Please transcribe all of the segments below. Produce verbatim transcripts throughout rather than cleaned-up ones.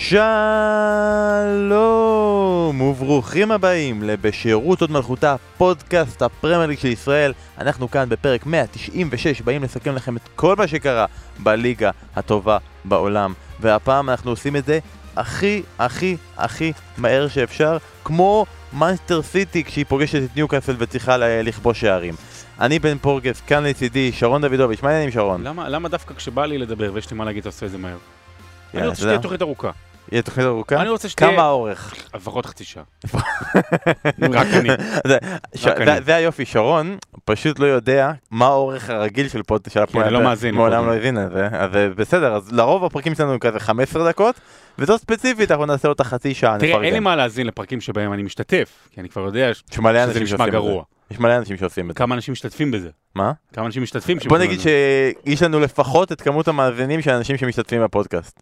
שלום וברוכים הבאים לבשירות עוד מלכותה, פודקאסט הפרמייר ליג של ישראל. אנחנו כאן בפרק מאה תשעים ושש באים לסכם לכם את כל מה שקרה בליגה הטובה בעולם, והפעם אנחנו עושים את זה הכי הכי הכי מהר שאפשר, כמו מנצ'סטר סיטי כשהיא פוגשת את ניוקאסל וצריכה לכבוש שערים. אני בן פורגס, כאן לצידי שרון דוידוביץ'. מה העניינים שרון? למה, למה דווקא כשבא לי לדבר ויש לי מה להגיד תעשה את זה מהר? אני רוצה שתהיה תוכנית ארוכה. יהיה תוכנית ארוכה? אני רוצה שתהיה... כמה האורך? לפחות חצי שעה. רק אני. זה היופי, שרון פשוט לא יודע מה האורך הרגיל של פוד של הפרק. אני לא מאזין. מעולם לא הבין את זה. אז בסדר, אז לרוב הפרקים שלנו כזה חמש עשרה דקות, וזו ספציפית, אנחנו נעשה אותה חצי שעה. תראה, אין לי מה להאזין לפרקים שבהם אני משתתף, כי אני כבר יודע שזה נשמע גרוע. יש מלא אנשים שעושים את זה. כמה אנשים משתתפים בזה? מה? כמה אנשים משתתפים? בוא נגיד שיש לנו לפחות את כמות המאזינים של האנשים שמשתתפים בפודקאסט.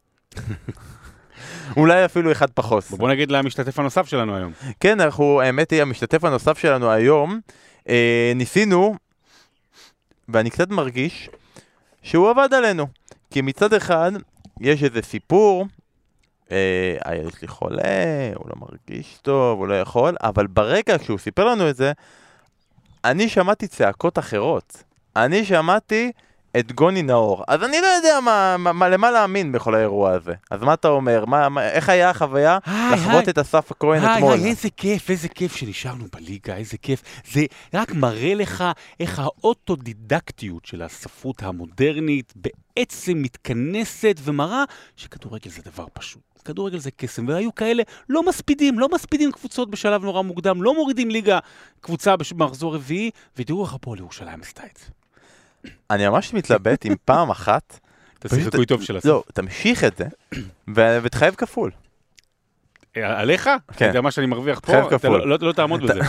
אולי אפילו אחד פחות. בוא נגיד למשתתף הנוסף שלנו היום. כן, אנחנו, האמת היא, המשתתף הנוסף שלנו היום, אה, ניסינו, ואני קצת מרגיש, שהוא עבד עלינו. כי מצד אחד, יש איזה סיפור, אה, יש לי חולה, הוא לא מרגיש טוב, הוא לא יכול, אבל ברגע כשהוא סיפר לנו את זה, אני שמעתי צעקות אחרות. אני שמעתי את גוני נאור. אז אני לא יודע מה, מה, למה להאמין בכל האירוע הזה. אז מה אתה אומר? מה, מה, איך היה החוויה לחוות את אסף הכהן אתמול? היי, איזה כיף, איזה כיף שנשארנו בליגה, איזה כיף. זה רק מראה לך איך האוטודידקטיות של הספרות המודרנית בעצם מתכנסת ומראה שכדורגל זה דבר פשוט. כדורגל זה קסם, והיו כאלה לא מספידים, לא מספידים קבוצות בשלב נורא מוקדם, לא מורידים ליגה קבוצה במחזור רביעי, ותראו איך הפועל ירושלים עשתה את זה. אני ממש מתלבט עם פעם אחת. תעשי חיקוי טוב של הסוף. לא, תמשיך את זה, ותחייב כפול. עליך? כן. זה מה שאני מרוויח פה, חייב כפול. לא תעמוד בזה.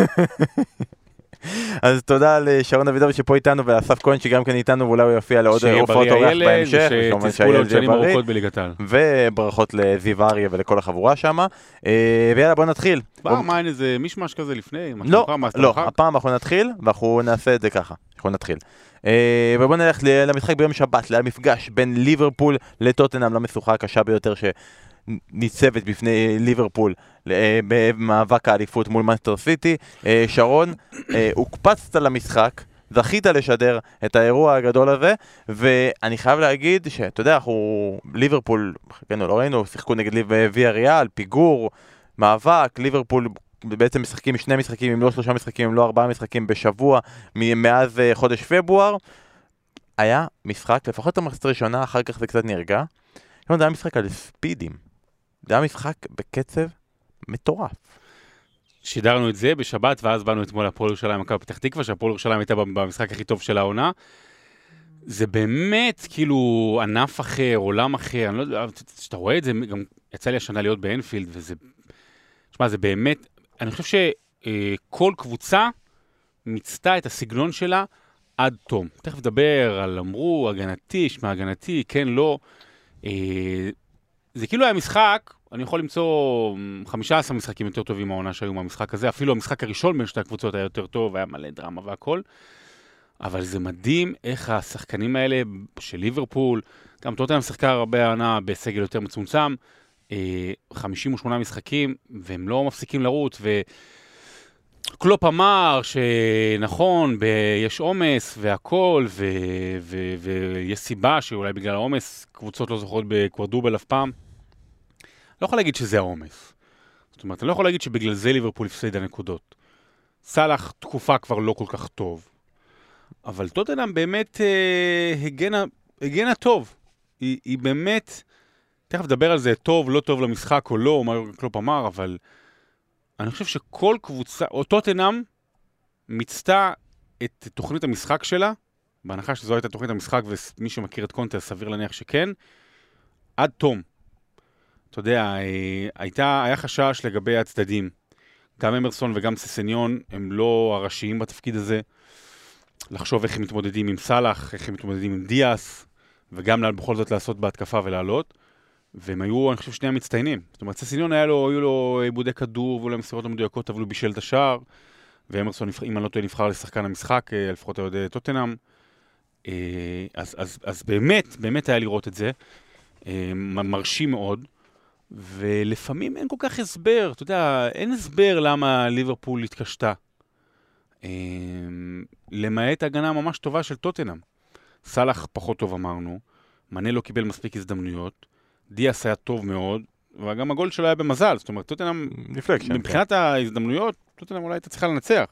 אז תודה לשרון דוידוביץ' שפה איתנו, ולאסף כהן שגם כן איתנו, ואולי הוא יופיע לעוד הופעות אורח בהמשך. ושתזכו לעוד שנים ארוכות בליגת העל. וברכות לזיו אריה ולכל החבורה שם. ויאללה, בוא נתחיל. מה, אין איזה מישמש כזה לפני? לא, לא, הפעם אנחנו נתחיל, ואנחנו נעשה את זה ככה. אנחנו נתחיל. ובוא נלך למשחק ביום שבת, למפגש בין ליברפול לטוטנהאם, למשחק הקשה ביותר שניצבת בפני ליברפול במאבק האליפות מול מנצ'סטר סיטי. שרון, הוקפצת למשחק, זכית לשדר את האירוע הגדול הזה, ואני חייב להגיד שאתה יודע, אנחנו ליברפול, חלקנו לא ראינו, שיחקו נגד ויאריאל, פיגור, מאבק, ליברפול בעצם משחקים שני משחקים, אם לא שלושה משחקים, אם לא ארבעה משחקים בשבוע, מאז חודש פברואר. היה משחק, לפחות המחצית הראשונה, אחר כך זה קצת נרגע. זה היה משחק על ספידים. זה היה משחק בקצב מטורף. שידרנו את זה בשבת, ואז באנו אתמול הפועל ירושלים מכבי פתח תקווה, שהפועל ירושלים הייתה במשחק הכי טוב של העונה. זה באמת כאילו ענף אחר, עולם אחר. אני לא יודע, כשאתה רואה את זה, גם יצא לי השנה להיות באנפילד, וזה... תשמע, זה באמת, אני חושב שכל קבוצה מיצתה את הסגנון שלה עד תום. תכף נדבר על אמרו, הגנתי, שמה הגנתי, כן, לא. זה כאילו היה משחק, אני יכול למצוא חמישה עשר משחקים יותר טובים מהעונה שהיו מהמשחק הזה, אפילו המשחק הראשון בין שתי הקבוצות היה יותר טוב, היה מלא דרמה והכל. אבל זה מדהים איך השחקנים האלה של ליברפול, גם טוטנהאם שיחקה הרבה העונה בסגל יותר מצומצם, חמישים ושמונה משחקים, והם לא מפסיקים לרוץ, וקלופ אמר שנכון, יש עומס והכל, ויש סיבה שאולי בגלל העומס קבוצות לא זוכרות בקוורדובל אף פעם. לא יכול להגיד שזה העומס. זאת אומרת, אני לא יכול להגיד שבגלל זה ליברפול הפסידה נקודות. סלאח תקופה כבר לא כל כך טוב. אבל טוטנהאם באמת הגנה, הגנה טוב. היא, היא באמת... תכף לדבר על זה, טוב, לא טוב למשחק או לא, מה קלופ אמר, אבל אני חושב שכל קבוצה, או טוטנהאם, מיצתה את תוכנית המשחק שלה, בהנחה שזו הייתה תוכנית המשחק, ומי שמכיר את קונטה, סביר להניח שכן, עד תום. אתה יודע, הייתה, היה חשש לגבי הצדדים. גם אמרסון וגם ססניון, הם לא הראשיים בתפקיד הזה. לחשוב איך הם מתמודדים עם סלאח, איך הם מתמודדים עם דיאס, וגם בכל זאת לעשות בהתקפה ולעלות. והם היו, אני חושב, שני המצטיינים. זאת אומרת, ססניון היה לו, היו לו עיבודי כדור, והיו לו מסירות המדויקות, אבל הוא בישל את השער. ואמרסון, אם אני לא טועה, נבחר לשחקן המשחק, לפחות על ידי טוטנהאם. אז, אז, אז באמת, באמת היה לראות את זה. מרשים מאוד. ולפעמים אין כל כך הסבר, אתה יודע, אין הסבר למה ליברפול התקשתה. למעט הגנה ממש טובה של טוטנהאם. סלאח פחות טוב אמרנו, מנה לא קיבל מספיק הזדמנויות, דיאס היה טוב מאוד, וגם הגול שלו היה במזל, זאת אומרת, טוטנהאם, מבחינת ההזדמנויות, טוטנהאם אולי הייתה צריכה לנצח.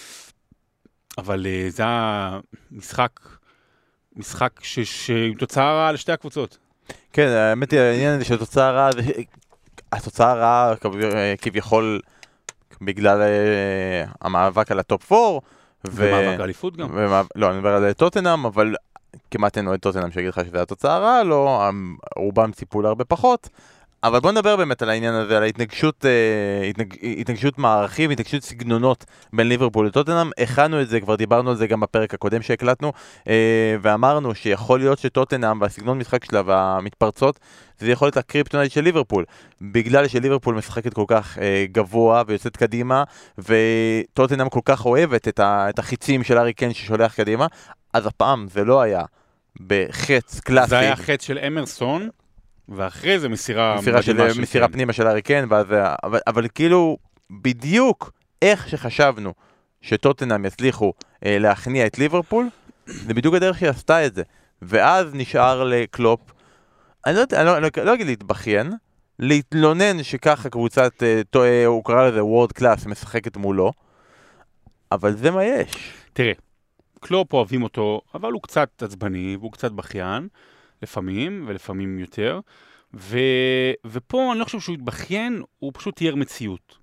אבל uh, זה היה משחק, משחק שעם תוצאה רעה לשתי הקבוצות. כן, האמת היא, העניין הזה של תוצאה רעה, התוצאה רעה כביכול בגלל uh, המאבק על הטופ ארבע, ומאבק האליפות גם. ומאב... לא, אני מדבר על טוטנהאם, אבל כמעט אין אוהד טוטנהאם שיגיד לך שזה התוצאה רעה, לא, רובם ציפו להרבה פחות. אבל בוא נדבר באמת על העניין הזה, על ההתנגשות, התנג, התנגשות מערכים, התנגשות סגנונות בין ליברפול לטוטנהאם. הכנו את זה, כבר דיברנו על זה גם בפרק הקודם שהקלטנו, ואמרנו שיכול להיות שטוטנהאם והסגנון משחק שלה והמתפרצות, זה יכול להיות הקריפטונייט של ליברפול, בגלל שליברפול משחקת כל כך גבוה ויוצאת קדימה, וטוטנהאם כל כך אוהבת את החיצים של הארי קיין ששולח קדימה, אז הפעם זה לא היה בחץ קלאסי. זה היה חץ של אמרסון, ואחרי זה מסירה מסירה, של, מסירה פנימה של הארי קיין, אבל, אבל כאילו בדיוק איך שחשבנו שטוטנהאם יצליחו אה, להכניע את ליברפול, זה בדיוק הדרך שהיא עשתה את זה. ואז נשאר לקלופ, אני לא, אני לא, אני לא, לא אגיד להתבכיין, להתלונן שככה קבוצת, אה, הוא קרא לזה וורד קלאס, משחקת מולו, אבל זה מה יש. תראה, קלופ אוהבים אותו, אבל הוא קצת עצבני, והוא קצת בכיין, לפעמים, ולפעמים יותר, ו... ופה אני לא חושב שהוא התבכיין, הוא פשוט תיאר מציאות.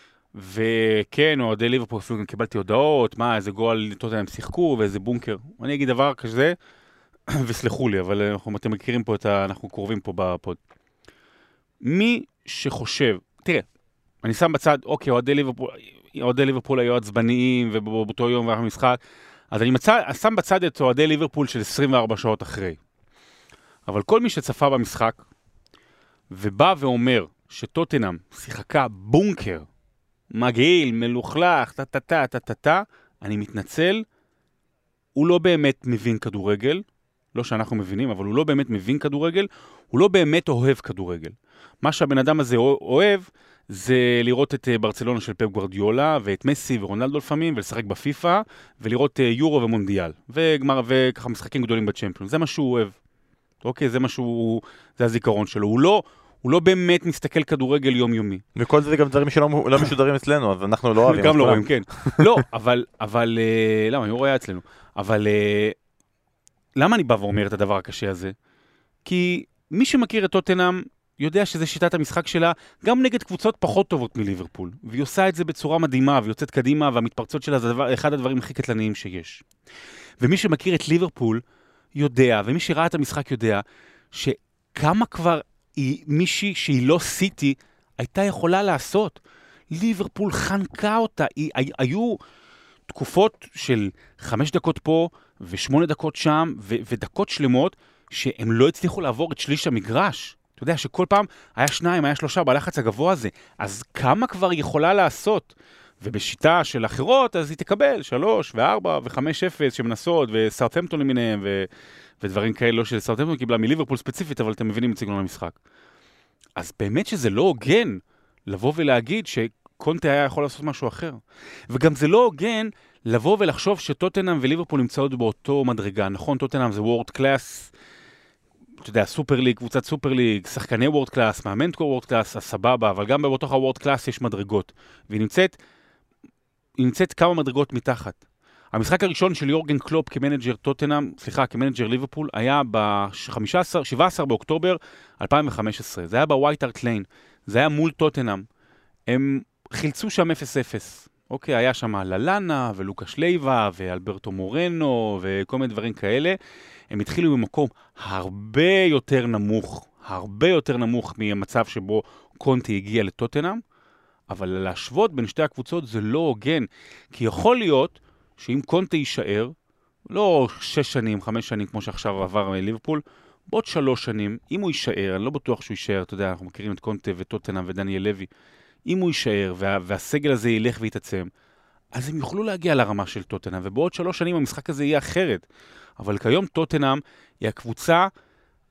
וכן, אוהדי ליברפול, אפילו גם קיבלתי הודעות, מה, איזה גול טוטנהאם שיחקו, ואיזה בונקר. אני אגיד דבר כזה, וסלחו לי, אבל אנחנו, אתם מכירים פה את ה... אנחנו קרובים פה בפוד. מי שחושב, תראה, אני שם בצד, אוקיי, אוהדי ליברפול, אוהדי ליברפול היו עצבניים, ובאותו יום ואחר משחק, אז אני מצא, שם בצד את אוהדי ליברפול של עשרים וארבע שעות אחרי. אבל כל מי שצפה במשחק, ובא ואומר שטוטנהאם שיחקה בונקר, מגעיל, מלוכלך, טה-טה-טה, טה-טה-טה, אני מתנצל, הוא לא באמת מבין כדורגל, לא שאנחנו מבינים, אבל הוא לא באמת מבין כדורגל, הוא לא באמת אוהב כדורגל. מה שהבן אדם הזה אוהב, זה לראות את ברצלונה של פפ גוארדיולה, ואת מסי ורונלדו לפעמים, ולשחק בפיפה, ולראות יורו ומונדיאל, וגמר, וככה משחקים גדולים בצ'מפיון. זה מה שהוא אוהב. אוקיי, זה משהו, זה הזיכרון שלו. הוא לא, הוא לא באמת מסתכל כדורגל יומיומי. וכל זה גם דברים שלא לא משודרים אצלנו, אז אנחנו לא אוהבים. גם לא רואים, כן. לא, אבל, אבל, למה, יורו היה אצלנו. אבל, למה אני בא ואומר את הדבר הקשה הזה? כי מי שמכיר את טוטנהאם יודע שזה שיטת המשחק שלה, גם נגד קבוצות פחות טובות מליברפול. והיא עושה את זה בצורה מדהימה, והיא יוצאת קדימה, והמתפרצות שלה זה דבר, אחד הדברים הכי קטלניים שיש. ומי שמכיר את ליברפול, יודע, ומי שראה את המשחק יודע, שכמה כבר היא, מישהי שהיא לא סיטי, הייתה יכולה לעשות. ליברפול חנקה אותה. היא, היו תקופות של חמש דקות פה, ושמונה דקות שם, ו, ודקות שלמות, שהם לא הצליחו לעבור את שליש המגרש. אתה יודע שכל פעם היה שניים, היה שלושה, בלחץ הגבוה הזה. אז כמה כבר היא יכולה לעשות? ובשיטה של אחרות, אז היא תקבל שלוש וארבע וחמש אפס שמנסות, וסאות'המפטון למיניהם, ו... ודברים כאלה, לא שסאות'המפטון קיבלה מליברפול ספציפית, אבל אתם מבינים את סגנון המשחק. אז באמת שזה לא הוגן לבוא ולהגיד שקונטה היה יכול לעשות משהו אחר. וגם זה לא הוגן לבוא ולחשוב שטוטנהאם וליברפול נמצאות באותו מדרגה. נכון, טוטנהאם זה וורד קלאס, אתה יודע, סופר ליג, קבוצת סופר ליג, שחקני וורד קלאס, מאמנטקור וורד קלאס, הסבבה, אבל גם בתוך הוורד קלאס יש מדרגות. והיא נמצאת היא נמצאת כמה מדרגות מתחת. המשחק הראשון של יורגן קלופ כמנג'ר טוטנהאם, סליחה, כמנג'ר ליברפול, היה ב-שבעה עשר באוקטובר אלפיים וחמש עשרה. זה היה בווייט הארט ליין. זה היה מול טוטנהאם. הם חילצו שם אפס אפס. אוקיי, היה שם ללאנה ולוקאש לייבה ואלברטו מורנו וכל מיני דברים כאלה. הם התחילו במקום הרבה יותר נמוך, הרבה יותר נמוך מהמצב שבו קונטה הגיע לטוטנהאם. אבל להשוות בין שתי הקבוצות זה לא הוגן, כי יכול להיות שאם קונטה יישאר, לא שש שנים, חמש שנים, כמו שעכשיו עבר מליברפול, בעוד שלוש שנים, אם הוא יישאר, אני לא בטוח שהוא יישאר, אתה יודע, אנחנו מכירים את קונטה וטוטנהאם ודניאל לוי, אם הוא יישאר וה, והסגל הזה ילך ויתעצם, אז הם יוכלו להגיע לרמה של טוטנהאם, ובעוד שלוש שנים המשחק הזה יהיה אחרת. אבל כיום טוטנהאם היא הקבוצה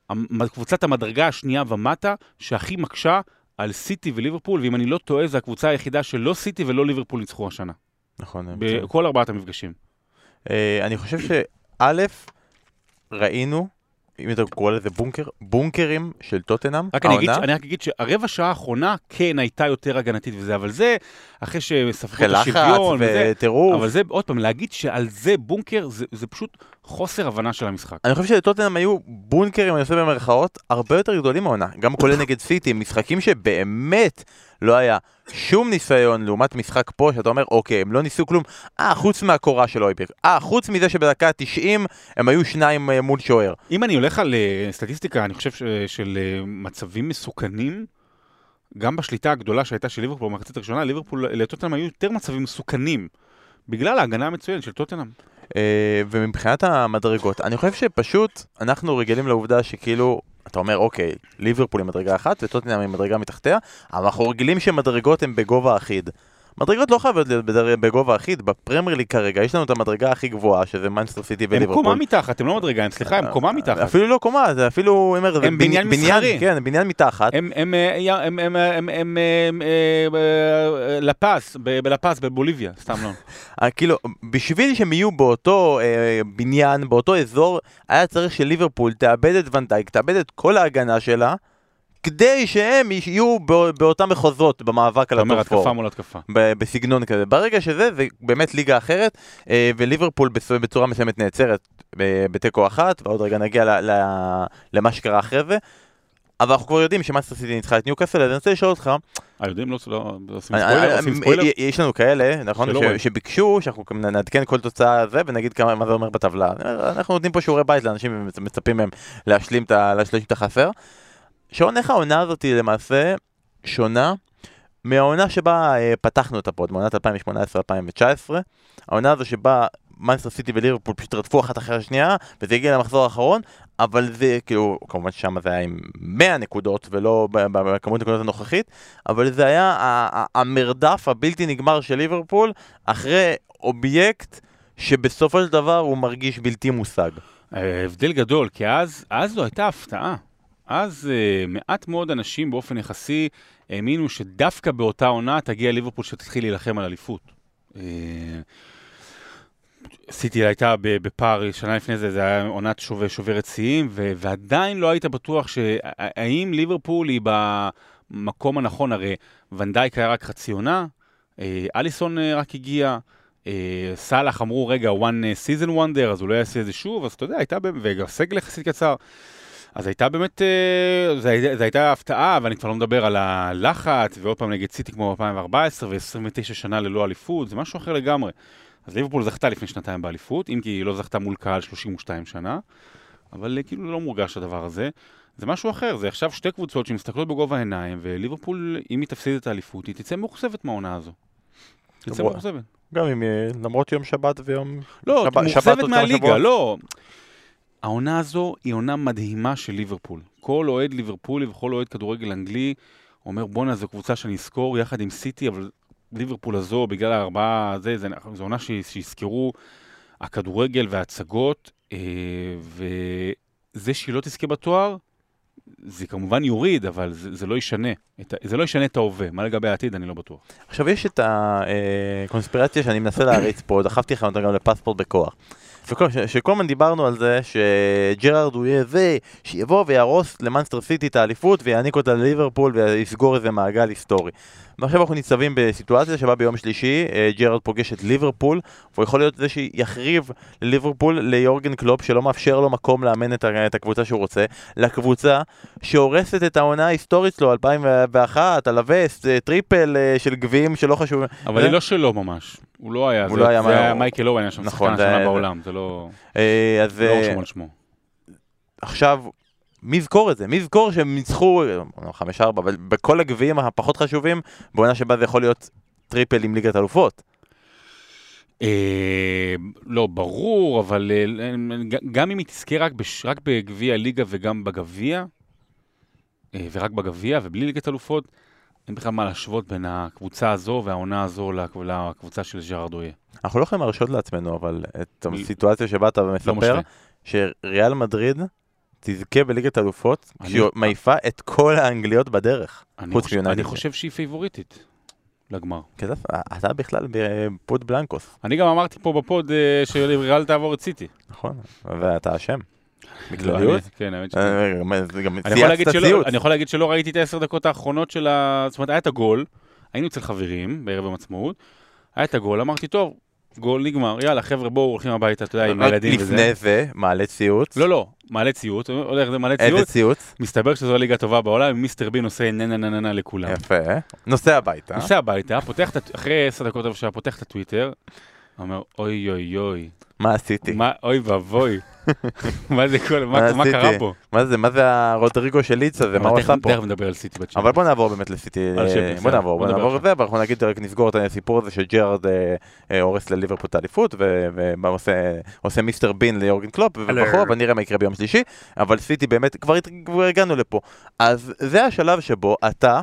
קבוצת המדרגה השנייה ומטה, שהכי מקשה על סיטי וליברפול, ואם אני לא טועה, זו הקבוצה היחידה שלא סיטי ולא ליברפול ניצחו השנה. נכון. בכל ארבעת המפגשים. אני חושב שא', ראינו, אם אתה קורא לזה בונקר, בונקרים של טוטנהאם, רק אני, אגיד, אני רק אגיד שהרבע שעה האחרונה כן הייתה יותר הגנתית וזה, אבל זה אחרי שספקו את השוויון וזה, אבל זה עוד פעם, להגיד שעל זה בונקר, זה, זה פשוט חוסר הבנה של המשחק. אני חושב שלטוטנהאם היו בונקרים, אני עושה במרכאות, הרבה יותר גדולים מהעונה, גם כולל נגד סיטי, משחקים שבאמת לא היה שום ניסיון לעומת משחק פה, שאתה אומר, אוקיי, הם לא ניסו כלום, אה, חוץ מהקורה של אויברג, אה, חוץ מזה שבדקה תשעים הם היו שניים מול שוער. אם אני הולך על סטטיסטיקה, אני חושב של מצבים מסוכנים, גם בשליטה הגדולה שהייתה של ליברפול במחצית הראשונה, ליברפול לטוטנהאם היו יותר מצבים מסוכנים, בגלל ההגנה המצוינת של טוטנהאם. ומבחינת המדרגות, אני חושב שפשוט אנחנו רגילים לעובדה שכאילו, אתה אומר, אוקיי, ליברפול היא מדרגה אחת וטוטנהאם היא מדרגה מתחתיה, אבל אנחנו רגילים שמדרגות הן בגובה אחיד. מדרגות לא חייבות להיות בגובה אחיד, בפרמייר ליג כרגע יש לנו את המדרגה הכי גבוהה, שזה מנצ'סטר סיטי וליברפול. הם קומה מתחת, הם לא מדרגה, הם סליחה, הם קומה מתחת. אפילו לא קומה, זה אפילו, הם בניין מסחרי. כן, בניין מתחת. הם לפס, בלפס, בבוליביה, סתם לא. כאילו, בשביל שהם יהיו באותו בניין, באותו אזור, היה צריך שליברפול תאבד את ונדייק, תאבד את כל ההגנה שלה, כדי שהם יהיו באותם מחוזות במאבק על הטופ פור. התקפה מול התקפה. בסגנון כזה. ברגע שזה, זה באמת ליגה אחרת, וליברפול בצורה מסוימת נעצרת בטקו אחת, ועוד רגע נגיע למה שקרה אחרי זה. אבל אנחנו כבר יודעים שמאנסטר סיטי ניצחה את ניוקאסל, אז אני רוצה לשאול אותך... היודעים לא עושים ספוילר? יש לנו כאלה, נכון? שביקשו, שאנחנו נעדכן כל תוצאה הזה, ונגיד מה זה אומר בטבלה. אנחנו נותנים פה שיעורי בית לאנשים ומצפים מהם להשלים את החסר. שעון איך העונה הזאת היא למעשה שונה מהעונה שבה אה, פתחנו את הפוד, מעונת אלפיים שמונה עשרה אלפיים תשע עשרה, העונה הזו שבה מנצ'סטר סיטי וליברפול פשוט רדפו אחת אחרי השנייה, וזה הגיע למחזור האחרון, אבל זה כאילו, כמובן ששם זה היה עם מאה נקודות, ולא בכמות נקודות הנוכחית, אבל זה היה המרדף הבלתי נגמר של ליברפול, אחרי אובייקט שבסופו של דבר הוא מרגיש בלתי מושג. הבדל גדול, כי אז, אז זו הייתה הפתעה. אז uh, מעט מאוד אנשים באופן יחסי האמינו שדווקא באותה עונה תגיע ליברפול שתתחיל להילחם על אליפות. Uh, סיטי הייתה בפער, שנה לפני זה, זה היה עונת שובר, שוברת שיאים, ועדיין לא היית בטוח שהאם ליברפול היא במקום הנכון, הרי ונדייק היה רק חצי עונה, uh, אליסון uh, רק הגיע, uh, סלאח אמרו רגע, one season wonder, אז הוא לא יעשה את זה שוב, אז אתה יודע, הייתה, וגם סגל יחסית קצר, אז הייתה באמת, זו הייתה הפתעה, ואני כבר לא מדבר על הלחץ, ועוד פעם נגד סיטי כמו ב-אלפיים וארבע עשרה, ו-עשרים ותשע שנה ללא אליפות, זה משהו אחר לגמרי. אז ליברפול זכתה לפני שנתיים באליפות, אם כי היא לא זכתה מול קהל שלושים ושתיים שנה, אבל כאילו לא מורגש הדבר הזה. זה משהו אחר, זה עכשיו שתי קבוצות שמסתכלות בגובה העיניים, וליברפול, אם היא תפסיד את האליפות, היא תצא מאוכזבת מהעונה הזו. תצא מאוכזבת. גם אם, למרות יום שבת ויום... לא, מאוכזבת מהליגה, לא. העונה הזו היא עונה מדהימה של ליברפול. כל אוהד ליברפולי וכל אוהד כדורגל אנגלי אומר, בונה, זו קבוצה שאני אזכור יחד עם סיטי, אבל ליברפול הזו, בגלל הארבעה, זה, זה, זו עונה שיזכרו הכדורגל וההצגות, וזה שהיא לא תזכה בתואר, זה כמובן יוריד, אבל זה, זה לא ישנה. זה לא ישנה את ההווה. מה לגבי העתיד, אני לא בטוח. עכשיו, יש את הקונספירציה שאני מנסה להריץ פה, דחפתי לך אותה גם לפספורט בכוח. שכל הזמן דיברנו על זה שג'רארד הוא יהיה זה שיבוא וירוס למאנסטר סיטי את האליפות ויעניק אותה לליברפול ויסגור איזה מעגל היסטורי. ועכשיו אנחנו ניצבים בסיטואציה שבה ביום שלישי ג'רארד פוגש את ליברפול, והוא יכול להיות זה שיחריב לליברפול ליורגן קלופ שלא מאפשר לו מקום לאמן את הקבוצה שהוא רוצה, לקבוצה שהורסת את העונה ההיסטורית שלו, אלפיים ואחת, על הווסט, טריפל של גביעים שלא חשוב. אבל היא לא שלו ממש. הוא לא היה, זה היה מייקל אוהן, היה שם שחקן השנה בעולם, זה לא שמו על שמו. עכשיו, מי זכור את זה? מי זכור שהם ניצחו, חמש ארבע, אבל בכל הגביעים הפחות חשובים, בעונה שבה זה יכול להיות טריפל עם ליגת אלופות? לא, ברור, אבל גם אם היא תזכה רק בגביע הליגה וגם בגביע, ורק בגביע ובלי ליגת אלופות, אין בכלל מה להשוות בין הקבוצה הזו והעונה הזו לקבוצה של ג'רארד אויה. אנחנו לא יכולים להרשות לעצמנו, אבל את הסיטואציה שבה אתה מספר, שריאל מדריד תזכה בליגת אלופות, כשהיא מעיפה את כל האנגליות בדרך, חוץ מיונייטד. אני חושב שהיא פייבוריטית לגמר. אתה בכלל בפוד בלנקוס. אני גם אמרתי פה בפוד שריאל תעבור את סיטי. נכון, ואתה אשם. בכלליות? כן, האמת שכן. אני יכול להגיד שלא ראיתי את העשר דקות האחרונות של ה... זאת אומרת, היה את הגול, היינו אצל חברים בערב העצמאות, היה את הגול, אמרתי, טוב, גול נגמר, יאללה, חבר'ה, בואו, הולכים הביתה, אתה יודע, עם הילדים וזה. לפני זה, מעלה ציוץ. לא, לא, מעלה ציוץ, הולך, זה מעלה ציוץ. איזה ציוץ? מסתבר שזו הליגה הטובה בעולם, מיסטר בין עושה ננננננ לכולם. יפה, נוסע הביתה. נוסע הביתה, פותח, אחרי עשר דקות שעה, פותח את הטוויטר, אומר, אוי אוי אוי. מה עשיתי? אוי ואבוי. מה זה כל, מה קרה פה? מה זה, מה זה הרודריגו של ליץ הזה, מה הוא עשה פה? תכף נדבר על סיטי בצ'אנל. אבל בוא נעבור באמת לסיטי, בוא נעבור, בוא נעבור את זה, ואנחנו נגיד, רק נסגור את הסיפור הזה שג'רארד הורס לליברפול את האליפות, ועושה מיסטר בין ליורגן קלופ, ובחור, ונראה מה יקרה ביום שלישי, אבל סיטי באמת, כבר הגענו לפה. אז זה השלב שבו אתה,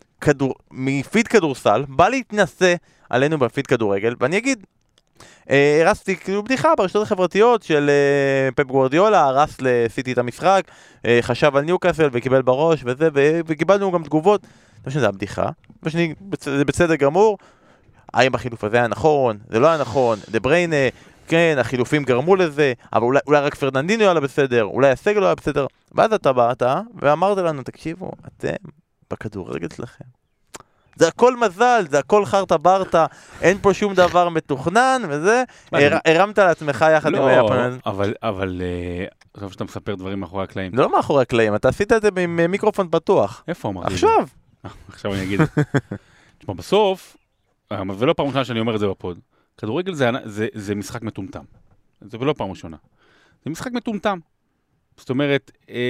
מפיד כדורסל, בא להתנסה עלינו בפיד כדורגל, ואני אגיד, הרסתי כאילו בדיחה ברשתות החברתיות של פפ גוארדיולה, הרס לסיטי את המשחק, חשב על ניוקאסל וקיבל בראש וזה, וקיבלנו גם תגובות. לא שזה הבדיחה, זה בסדר גמור, האם החילוף הזה היה נכון, זה לא היה נכון, דה בריינה, כן, החילופים גרמו לזה, אבל אולי, אולי רק פרננדיניו היה בסדר, אולי הסגל לא היה בסדר. ואז אתה באת ואמרת לנו, תקשיבו, אתם בכדורגל שלכם, זה הכל מזל, זה הכל חרטה ברטה, אין פה שום דבר מתוכנן, וזה, הרמת לעצמך יחד עם היפן. לא, אבל, אבל, אני חושב שאתה מספר דברים מאחורי הקלעים. זה לא מאחורי הקלעים, אתה עשית את זה עם מיקרופון פתוח. איפה אמרתי? עכשיו. עכשיו אני אגיד. תשמע, בסוף, ולא פעם ראשונה שאני אומר את זה בפוד, כדורגל זה משחק מטומטם. זה לא פעם ראשונה. זה משחק מטומטם. זאת אומרת,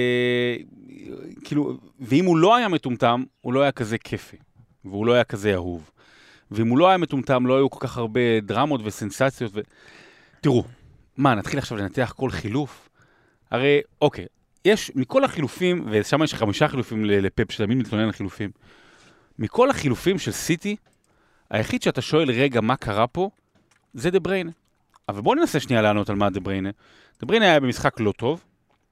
כאילו, ואם הוא לא היה מטומטם, הוא לא היה כזה כיפי. והוא לא היה כזה אהוב. ואם הוא לא היה מטומטם, לא היו כל כך הרבה דרמות וסנסציות. ו... תראו, מה, נתחיל עכשיו לנתח כל חילוף? הרי, אוקיי, יש, מכל החילופים, ושם יש חמישה חילופים לפפ, שתמיד מתלונן על חילופים, מכל החילופים של סיטי, היחיד שאתה שואל, רגע, מה קרה פה? זה דה בריינה. אבל בואו ננסה שנייה לענות על מה דה בריינה. דה בריינה היה במשחק לא טוב,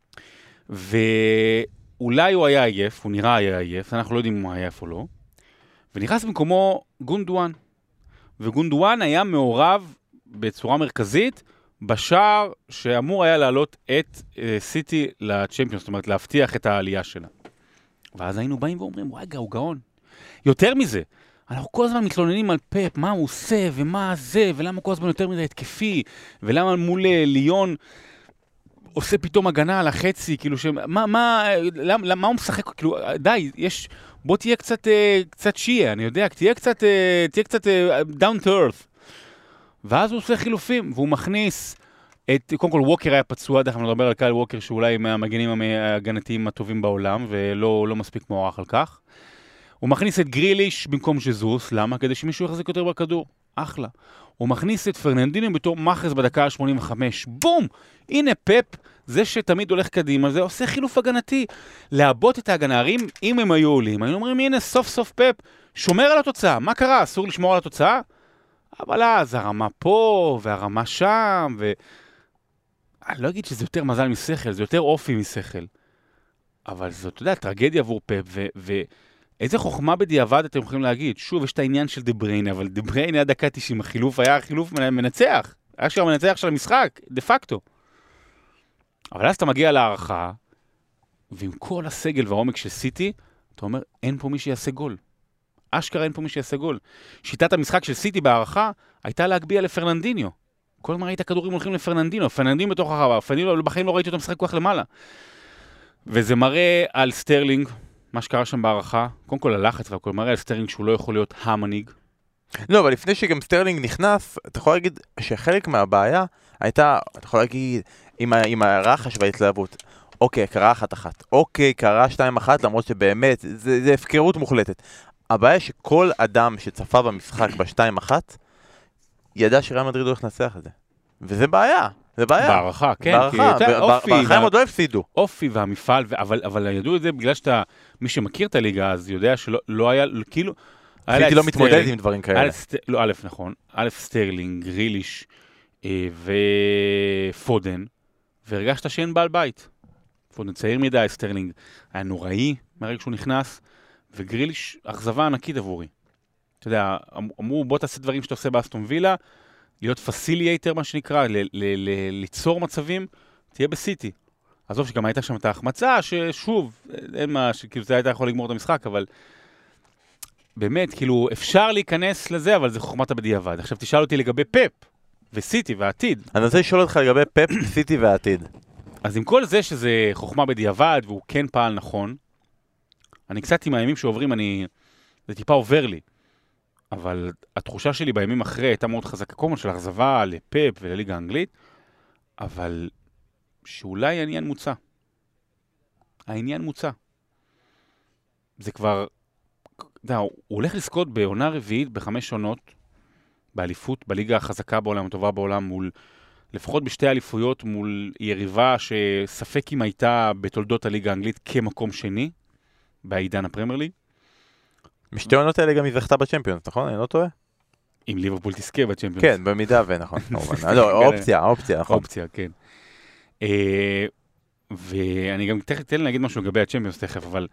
ואולי הוא היה עייף, הוא נראה היה עייף, אנחנו לא יודעים אם הוא היה עייף או לא, ונכנס במקומו גונדואן, וגונדואן היה מעורב בצורה מרכזית בשער שאמור היה לעלות את אה, סיטי לצ'מפיונס, זאת אומרת להבטיח את העלייה שלה. ואז היינו באים ואומרים, רגע, הוא גאון. יותר מזה, אנחנו כל הזמן מתלוננים על פפ, מה הוא עושה ומה זה, ולמה כל הזמן יותר מזה התקפי, ולמה מול ליון עושה פתאום הגנה על החצי, כאילו ש... מה, מה, למה, למה הוא משחק? כאילו, די, יש... בוא תהיה קצת, קצת שיעה, אני יודע, תהיה קצת, תהיה קצת down to earth. ואז הוא עושה חילופים, והוא מכניס את, קודם כל ווקר היה פצוע, דרך אנחנו נדבר על קייל ווקר, שאולי מהמגנים ההגנתיים הטובים בעולם, ולא לא מספיק מוערך על כך. הוא מכניס את גריליש במקום ז'זוס, למה? כדי שמישהו יחזיק יותר בכדור. אחלה. הוא מכניס את פרננדיניו בתור מחרס בדקה ה-שמונים וחמש. בום! הנה פפ, זה שתמיד הולך קדימה, זה עושה חילוף הגנתי. לעבות את ההגנרים, אם הם היו עולים, היינו אומרים, הנה, סוף סוף פפ, שומר על התוצאה. מה קרה? אסור לשמור על התוצאה? אבל אז הרמה פה, והרמה שם, ו... אני לא אגיד שזה יותר מזל משכל, זה יותר אופי משכל. אבל זאת, אתה יודע, טרגדיה עבור פפ, ו... ו... איזה חוכמה בדיעבד אתם יכולים להגיד? שוב, יש את העניין של דה בריינה, אבל דה בריינה עד דקה תשעים, החילוף היה חילוף מנצח. היה שם מנצח של המשחק, דה פקטו. אבל אז אתה מגיע להערכה, ועם כל הסגל והעומק של סיטי, אתה אומר, אין פה מי שיעשה גול. אשכרה אין פה מי שיעשה גול. שיטת המשחק של סיטי בהערכה, הייתה להגביע לפרננדיניו. כל הזמן ראית הכדורים הולכים לפרננדיניו, פרננדיניו בתוך הרחבה, פרננדיניו בחיים לא ראיתי אותו משחק כוח למעלה. וזה מראה על סטרלינג, מה שקרה שם בערכה, קודם כל הלחץ והכל מראה על סטרלינג שהוא לא יכול להיות המנהיג. לא, אבל לפני שגם סטרלינג נכנס, אתה יכול להגיד שחלק מהבעיה הייתה, אתה יכול להגיד, עם, עם הרחש וההתלהבות. אוקיי, קרה אחת אחת. אוקיי, קרה שתיים אחת, למרות שבאמת, זה, זה הפקרות מוחלטת. הבעיה שכל אדם שצפה במשחק בשתיים אחת, ידע שריאל מדריד הולך לנצח את זה. וזה בעיה. זה בעיה. בערכה, כן. בערכה, בערכה הם עוד לא הפסידו. אופי והמפעל, אבל ידעו את זה בגלל שאתה, מי שמכיר את הליגה אז יודע שלא היה, כאילו... סיטי לא מתמודד עם דברים כאלה. לא, א', נכון. א', סטרלינג, גריליש ופודן, והרגשת שאין בעל בית. פודן צעיר מדי, סטרלינג היה נוראי מהרגע שהוא נכנס, וגריליש, אכזבה ענקית עבורי. אתה יודע, אמרו, בוא תעשה דברים שאתה עושה באסטון וילה, להיות פסיליאטר, מה שנקרא, ל- ל- ל- ליצור מצבים, תהיה בסיטי. עזוב שגם הייתה שם את ההחמצה, ששוב, אין מה, כאילו זה הייתה יכול לגמור את המשחק, אבל באמת, כאילו, אפשר להיכנס לזה, אבל זה חוכמת הבדיעבד. עכשיו תשאל אותי לגבי פפ, וסיטי והעתיד. אני רוצה לשאול אותך לגבי פפ, סיטי והעתיד. אז עם כל זה שזה חוכמה בדיעבד, והוא כן פעל נכון, אני קצת עם הימים שעוברים, אני... זה טיפה עובר לי. אבל התחושה שלי בימים אחרי הייתה מאוד חזקה, כל מה של אכזבה לפפ ולליגה האנגלית, אבל שאולי העניין מוצא. העניין מוצא. זה כבר... אתה יודע, הוא הולך לזכות בעונה רביעית בחמש עונות, באליפות, בליגה החזקה בעולם, הטובה בעולם, מול... לפחות בשתי אליפויות מול יריבה שספק אם הייתה בתולדות הליגה האנגלית כמקום שני, בעידן הפרמייר ליג. משתי עונות האלה גם היא זכתה בצ'מפיונס, נכון? אני לא טועה? אם ליברפול תזכה בצ'מפיונס. כן, במידה ונכון. לא, אופציה, אופציה, נכון. אופציה, כן. ואני גם תכף תן לי להגיד משהו לגבי הצ'מפיונס תכף, אבל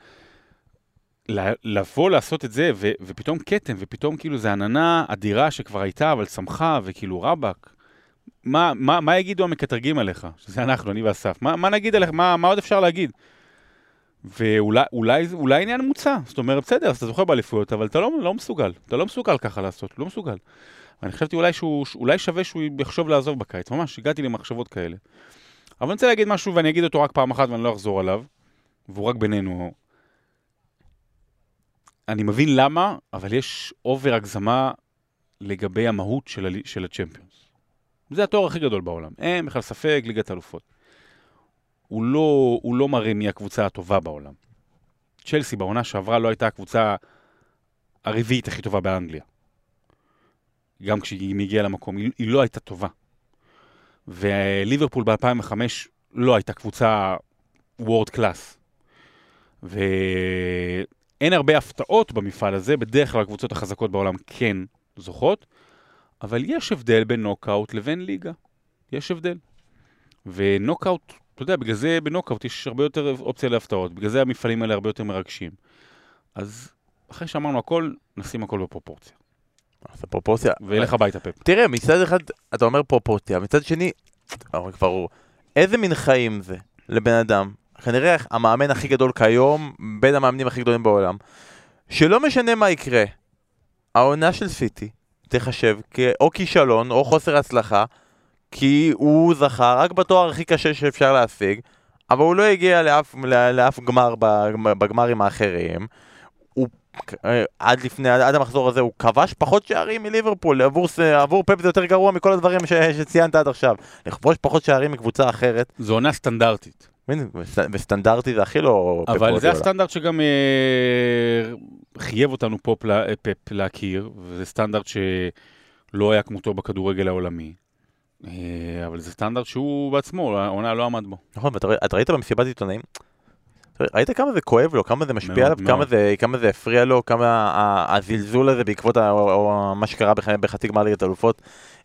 לבוא לעשות את זה, ופתאום קטם, ופתאום כאילו זה עננה אדירה שכבר הייתה, אבל צמחה, וכאילו רבק. מה, מה, מה יגידו המקטרגים עליך? שזה אנחנו, אני ואסף. מה, מה נגיד עליך? מה, מה עוד אפשר להגיד? ואולי, אולי, אולי עניין מוצא. זאת אומרת, בסדר, אז אתה זוכר באליפויות, אבל אתה לא, לא מסוגל. אתה לא מסוגל ככה לעשות, לא מסוגל. אני חשבתי אולי שהוא, אולי שווה שהוא יחשוב לעזוב בקיץ. ממש, הגעתי למחשבות כאלה. אבל אני רוצה להגיד משהו, ואני אגיד אותו רק פעם אחת, ואני לא אחזור עליו. והוא רק בינינו. אני מבין למה, אבל יש אובר הגזמה לגבי המהות של, ה, של הצ'מפיונס. זה התואר הכי גדול בעולם. אין בכלל ספק, ליגת אלופות. הוא לא, הוא לא מראה מי הקבוצה הטובה בעולם. צ'לסי בעונה שעברה לא הייתה הקבוצה הרביעית הכי טובה באנגליה. גם כשהיא מגיעה למקום, היא, היא לא הייתה טובה. וליברפול ב-אלפיים וחמש לא הייתה קבוצה וורד קלאס. ואין הרבה הפתעות במפעל הזה, בדרך כלל הקבוצות החזקות בעולם כן זוכות, אבל יש הבדל בין נוקאוט לבין ליגה. יש הבדל. ונוקאוט, אתה יודע, בגלל זה בנוקאוט יש הרבה יותר אופציה להפתעות, בגלל זה המפעלים האלה הרבה יותר מרגשים. אז אחרי שאמרנו הכל, נשים הכל בפרופורציה. זה פרופורציה. ואילך הביתה פפ. תראה, מצד אחד אתה אומר פרופורציה, מצד שני, כבר הוא, איזה מין חיים זה לבן אדם? כנראה המאמן הכי גדול כיום, בין המאמנים הכי גדולים בעולם, שלא משנה מה יקרה, העונה של סיטי תחשב או כישלון או חוסר הצלחה, כי הוא זכה רק בתואר הכי קשה שאפשר להשיג, אבל הוא לא הגיע לאף, לאף גמר בגמרים האחרים. הוא, עד לפני, עד המחזור הזה הוא כבש פחות שערים מליברפול. עבור, עבור פפ זה יותר גרוע מכל הדברים ש, שציינת עד עכשיו. לכבוש פחות שערים מקבוצה אחרת. זו עונה סטנדרטית. וסטנדרטי זה הכי לא... אבל זה הסטנדרט שגם אה, חייב אותנו פה פל, פפ להכיר, וזה סטנדרט שלא היה כמותו בכדורגל העולמי. אבל זה סטנדרט שהוא בעצמו, העונה לא עמד בו. נכון, ואת ראית במסיבת עיתונאים? ראית כמה זה כואב לו, כמה זה משפיע עליו, כמה זה, כמה זה הפריע לו, כמה הזלזול הזה בעקבות מה שקרה בחצי גמר ליגת האלופות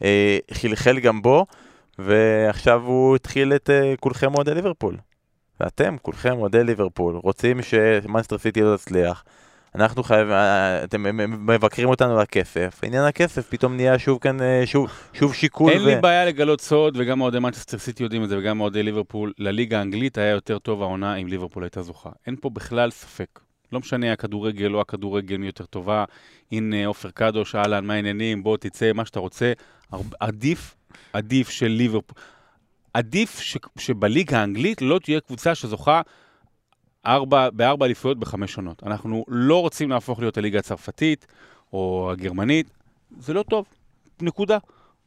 חלחל גם בו, ועכשיו הוא התחיל את כולכם אוהדי ליברפול. ואתם, כולכם אוהדי ליברפול, רוצים שמאנסטר סיטי לא תצליח. אנחנו חייבים, אתם מבקרים אותנו לכסף, עניין הכסף פתאום נהיה שוב כאן, שוב, שוב שיקול. אין לי בעיה לגלות סוד, וגם אוהדי מנצ'סטר סיטי יודעים את זה, וגם אוהדי ליברפול, לליגה האנגלית היה יותר טוב העונה אם ליברפול הייתה זוכה. אין פה בכלל ספק. לא משנה הכדורגל או הכדורגל מי יותר טובה, הנה עופר קדוש, אהלן, מה העניינים, בוא תצא, מה שאתה רוצה. עדיף, עדיף של ליברפול. עדיף ש, שבליגה האנגלית לא תהיה קבוצה שזוכה ארבע, בארבע אליפויות בחמש עונות. אנחנו לא רוצים להפוך להיות הליגה הצרפתית או הגרמנית. זה לא טוב. נקודה.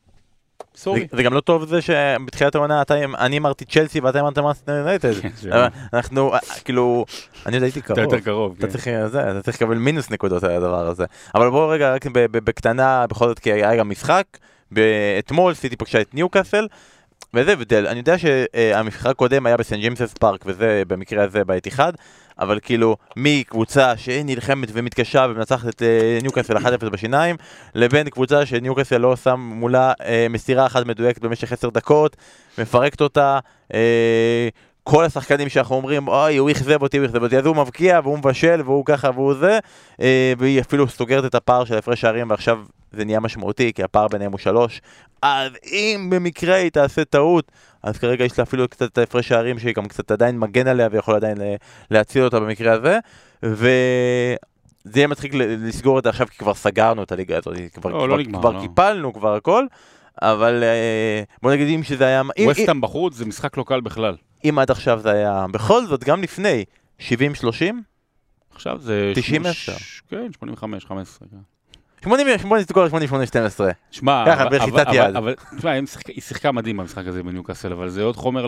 סורי. זה גם לא טוב זה שבתחילת העונה אני אמרתי צ'לסי ואתה אמרת מנצ'סטר יונייטד. אנחנו, כאילו, אני יודע, הייתי קרוב. אתה יותר קרוב. אתה צריך לקבל מינוס נקודות על הדבר הזה. אבל בואו רגע, רק בקטנה, בכל זאת, כי היה גם משחק. אתמול סיטי פגשה את ניוקאסל. וזה הבדל, אני יודע שהמשחק קודם היה בסנט ג'יימסס פארק, וזה במקרה הזה באתיחד, אבל כאילו מקבוצה שנלחמת ומתקשה ומנצחת את ניוקאסל אחת אפס בשיניים, לבין קבוצה שניוקאסל לא עושה מולה מסירה אחת מדויקת במשך עשר דקות, מפרקת אותה, כל השחקנים שאנחנו אומרים, אוי, הוא יחזב אותי, הוא יחזב אותי, אז הוא מבקיע, והוא מבשל, והוא ככה, והוא זה, והיא אפילו סוגרת את הפער של הפרש שערים, ועכשיו זה נהיה משמעותי, כי הפער ביניהם הוא שלוש, אז אם במקרה היא תעשה טעות, אז כרגע יש לה אפילו קצת את הפרש שערים, שהיא גם קצת עדיין מגן עליה, ויכול עדיין להציל אותה במקרה הזה, וזה יהיה מצחיק לסגור את זה עכשיו, כי כבר סגרנו את הליגה הזאת, כבר קיפלנו, כבר הכל, אבל בוא נגיד אם שזה היה... ווסטהאם בחוץ זה משחק לא קל בכלל. אם עד עכשיו זה היה, בכל זאת, גם לפני, שבעים שלושים? עכשיו זה... תשעים עשר. כן, שמונים וחמש חמש עשרה. שמונים, בוא נסתכל שמונים שמונה שתים עשרה. שמע, ככה, בחיצת יד. אבל, תשמע, היא שיחקה מדהים במשחק הזה בניוקאסל, אבל זה עוד חומר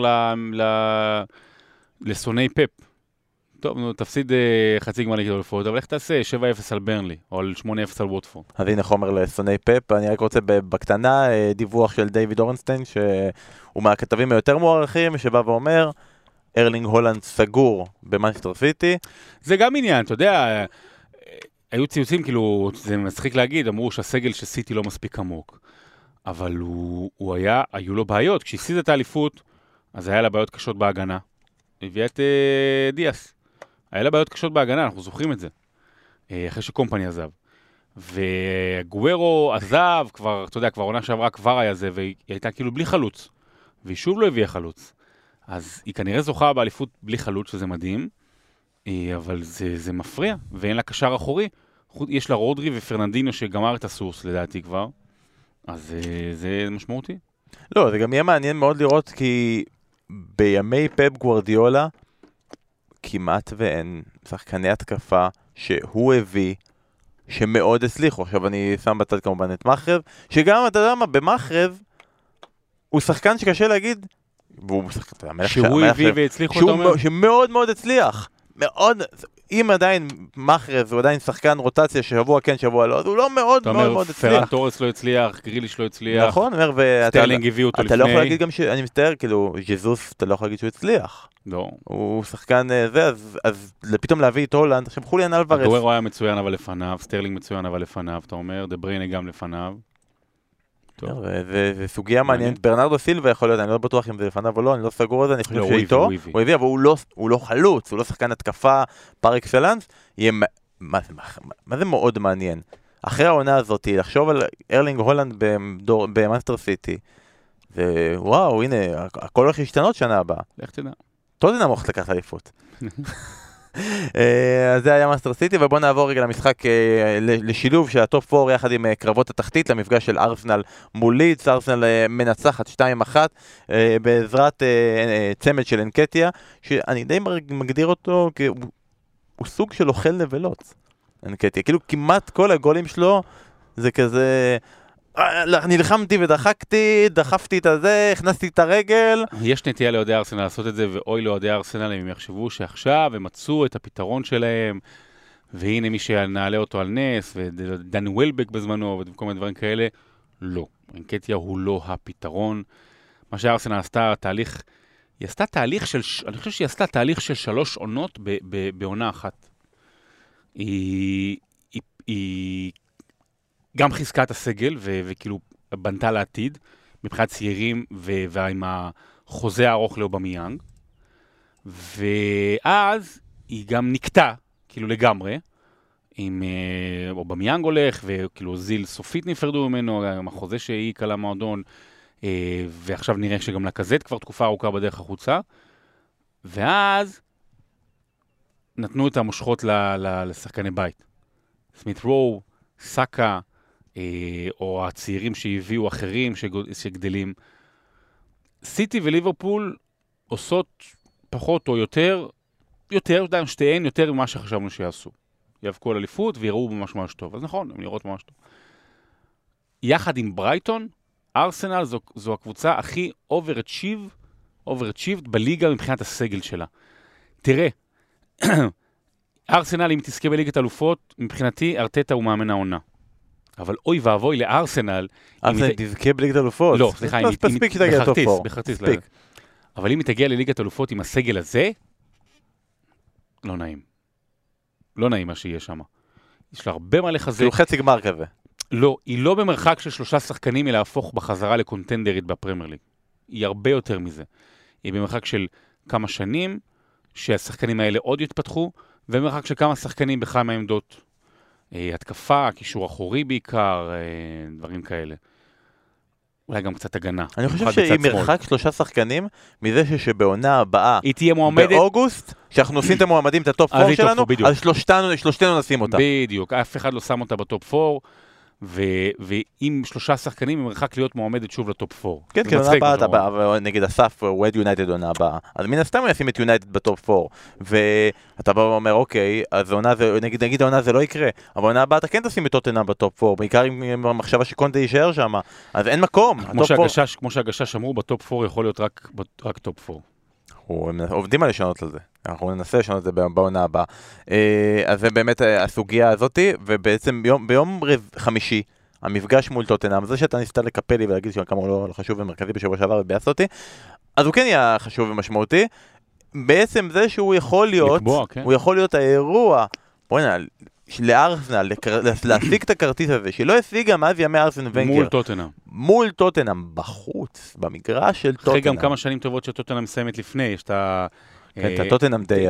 לשונאי פפ. טוב, נו, תפסיד חצי גמר ליגת האלופות, אבל איך תעשה שבע אפס על ברנלי, או על שמונה אפס על ווטפורד? אז הנה חומר לשונאי פפ, אני רק רוצה בקטנה דיווח של דיוויד אורנסטיין, שהוא מהכתבים היותר מוערכים, שבא ואומר, ארלינג הולנד סגור במנצ'סטר סיטי. זה גם עניין, אתה יודע, היו ציוצים, כאילו, זה מצחיק להגיד, אמרו שהסגל של סיטי לא מספיק עמוק, אבל הוא, הוא היה, היו לו בעיות, כשהפסיד את האליפות, אז היה לה בעיות קשות בהגנה, הביא את uh, דיאס. היה לה בעיות קשות בהגנה, אנחנו זוכרים את זה. אחרי שקומפני עזב. וגוארו עזב, כבר, אתה יודע, כבר עונה שעברה כבר היה זה, והיא הייתה כאילו בלי חלוץ. והיא שוב לא הביאה חלוץ. אז היא כנראה זוכה באליפות בלי חלוץ, שזה מדהים, אבל זה, זה מפריע, ואין לה קשר אחורי. יש לה רודרי ופרננדינו שגמר את הסורס, לדעתי כבר. אז זה, זה משמעותי. לא, זה גם יהיה מעניין מאוד לראות, כי בימי פפ גוארדיולה, כמעט ואין שחקני התקפה שהוא הביא, שמאוד הצליחו. עכשיו אני שם בצד כמובן את מחרב, שגם אתה יודע מה, במחרב הוא שחקן שקשה להגיד, והוא שחקן, שהוא הביא והצליח אותו אומר? שמאוד מאוד הצליח. מאוד, אם עדיין מחרב הוא עדיין שחקן רוטציה שבוע כן שבוע לא, אז הוא לא מאוד מאוד מאוד הצליח. פרן טורס לא הצליח, גריליש לא הצליח. נכון, סטרלינג הביא אותו לפני. אתה לא יכול להגיד גם שאני מצטער, כאילו, ג'זוס, אתה לא יכול להגיד שהוא הצליח. לא. הוא שחקן זה, אז, אז פתאום להביא את הולנד, עכשיו חוליאן אלוורס. הגוארו היה מצוין אבל לפניו, סטרלינג מצוין אבל לפניו, אתה אומר, דה בריינה גם לפניו. זה סוגיה מעניינת, ברנרדו סילבה יכול להיות, אני לא בטוח אם זה לפניו או לא, אני לא סגור על זה, אני חושב שאיתו, הוא הביא, אבל הוא לא חלוץ, הוא לא שחקן התקפה פר אקסלנס, מה זה מאוד מעניין? אחרי העונה הזאת, לחשוב על ארלינג הולנד במאנסטר סיטי, ווואו, הנה, הכל הולך להשתנות שנה הבאה. לך תדע. טוטנהאם הולכת לקחת אליפות. אז זה היה מאנסטר סיטי, ובואו נעבור רגע למשחק לשילוב של הטופ ארבע יחד עם קרבות התחתית, למפגש של ארסנל מול לידס. ארסנל מנצחת שתיים אחת בעזרת צמד של אנקטיה, שאני די מגדיר אותו כי הוא סוג של אוכל נבלות, אנקטיה, כאילו כמעט כל הגולים שלו זה כזה... נלחמתי ודחקתי, דחפתי את הזה, הכנסתי את הרגל. יש נטייה לאוהדי ארסנל לעשות את זה, ואוי לאוהדי ארסנל, הם יחשבו שעכשיו הם מצאו את הפתרון שלהם, והנה מי שנעלה אותו על נס, ודני וולבק בזמנו, וכל מיני דברים כאלה. לא, אנקטיה הוא לא הפתרון. מה שארסנל עשתה, תהליך, היא עשתה תהליך של, אני חושב שהיא עשתה תהליך של שלוש עונות ב, ב, בעונה אחת. היא, היא, היא גם חיזקה את הסגל, ו- וכאילו בנתה לעתיד, מבחינת צעירים, ו- ועם החוזה הארוך לאובמיאנג. ואז היא גם נקטה, כאילו לגמרי, עם uh, אובמיאנג הולך, וכאילו זיל סופית נפרדו ממנו, עם החוזה שהיא קלה מועדון, uh, ועכשיו נראה שגם לקזט כבר תקופה ארוכה בדרך החוצה. ואז נתנו את המושכות ל- ל- לשחקני בית. סמית רו, סאקה, או הצעירים שהביאו אחרים שגדלים. סיטי וליברפול עושות פחות או יותר, יותר, דם שתיהן יותר ממה שחשבנו שיעשו. יאבקו על אליפות ויראו ממש ממש טוב. אז נכון, הם נראות ממש טוב. יחד עם ברייטון, ארסנל זו, זו הקבוצה הכי overachieved, overachieved בליגה מבחינת הסגל שלה. תראה, ארסנל אם תזכה בליגת אלופות, מבחינתי ארטטה הוא מאמן העונה. אבל אוי ואבוי לארסנל. ארסנל תזכה בליגת אלופות. לא, סליחה, בחרטיס. אבל אם היא תגיע לליגת אלופות עם הסגל הזה, לא נעים. לא נעים מה שיהיה שם. יש לה הרבה מה לחזק. כאילו חצי גמר כזה. לא, היא לא במרחק של שלושה שחקנים מלהפוך בחזרה לקונטנדרית בפרמייר ליג. היא הרבה יותר מזה. היא במרחק של כמה שנים, שהשחקנים האלה עוד יתפתחו, ומרחק של כמה שחקנים בכמה עמדות. אה, התקפה, קישור אחורי בעיקר, אה, דברים כאלה. אולי גם קצת הגנה. אני חושב שהיא מרחק שלושה שחקנים, מזה שבעונה הבאה, היא תהיה מועמדת... באוגוסט, כשאנחנו עושים את המועמדים, את הטופ פור שלנו, אז שלושתנו, שלושתנו נשים אותה. בדיוק, אף אחד לא שם אותה בטופ פור, ועם שלושה שחקנים, היא מרחק להיות מועמדת שוב לטופ פור. כן, כן, עונה הבאה, נגיד אסף, ווד יונייטד עונה הבאה, אז מן הסתם הוא ישים את יונייטד בטופ פור, ואתה בא ואומר, אוקיי, אז נגיד העונה זה לא יקרה, אבל העונה הבאה אתה כן תשים את טוטנהאם בטופ פור, בעיקר עם המחשבה שקונטה יישאר שם, אז אין מקום. כמו שהגשש אמרו, בטופ פור יכול להיות רק טופ פור. אנחנו עובדים על לשנות לזה, אנחנו ננסה לשנות את זה בעונה הבאה. אז זה באמת הסוגיה הזאת, ובעצם ביום חמישי, המפגש מול טוטנהאם, זה שאתה ניסתה לקפל לי ולהגיד שכמה הוא לא חשוב ומרכזי בשבוע שעבר וביאס אותי, אז הוא כן יהיה חשוב ומשמעותי. בעצם זה שהוא יכול להיות, לקבוע, כן. הוא יכול להיות האירוע, בואי נע, לארסנל, להשיג את הכרטיס הזה, שלא השיג גם אז ימי ארסן ונגר. מול טוטנהאם. מול טוטנהאם, בחוץ, במגרש של טוטנהאם. אחרי גם כמה שנים טובות שטוטנהאם מסיימת לפני, יש את ה... כן, את הטוטנהאם דיי.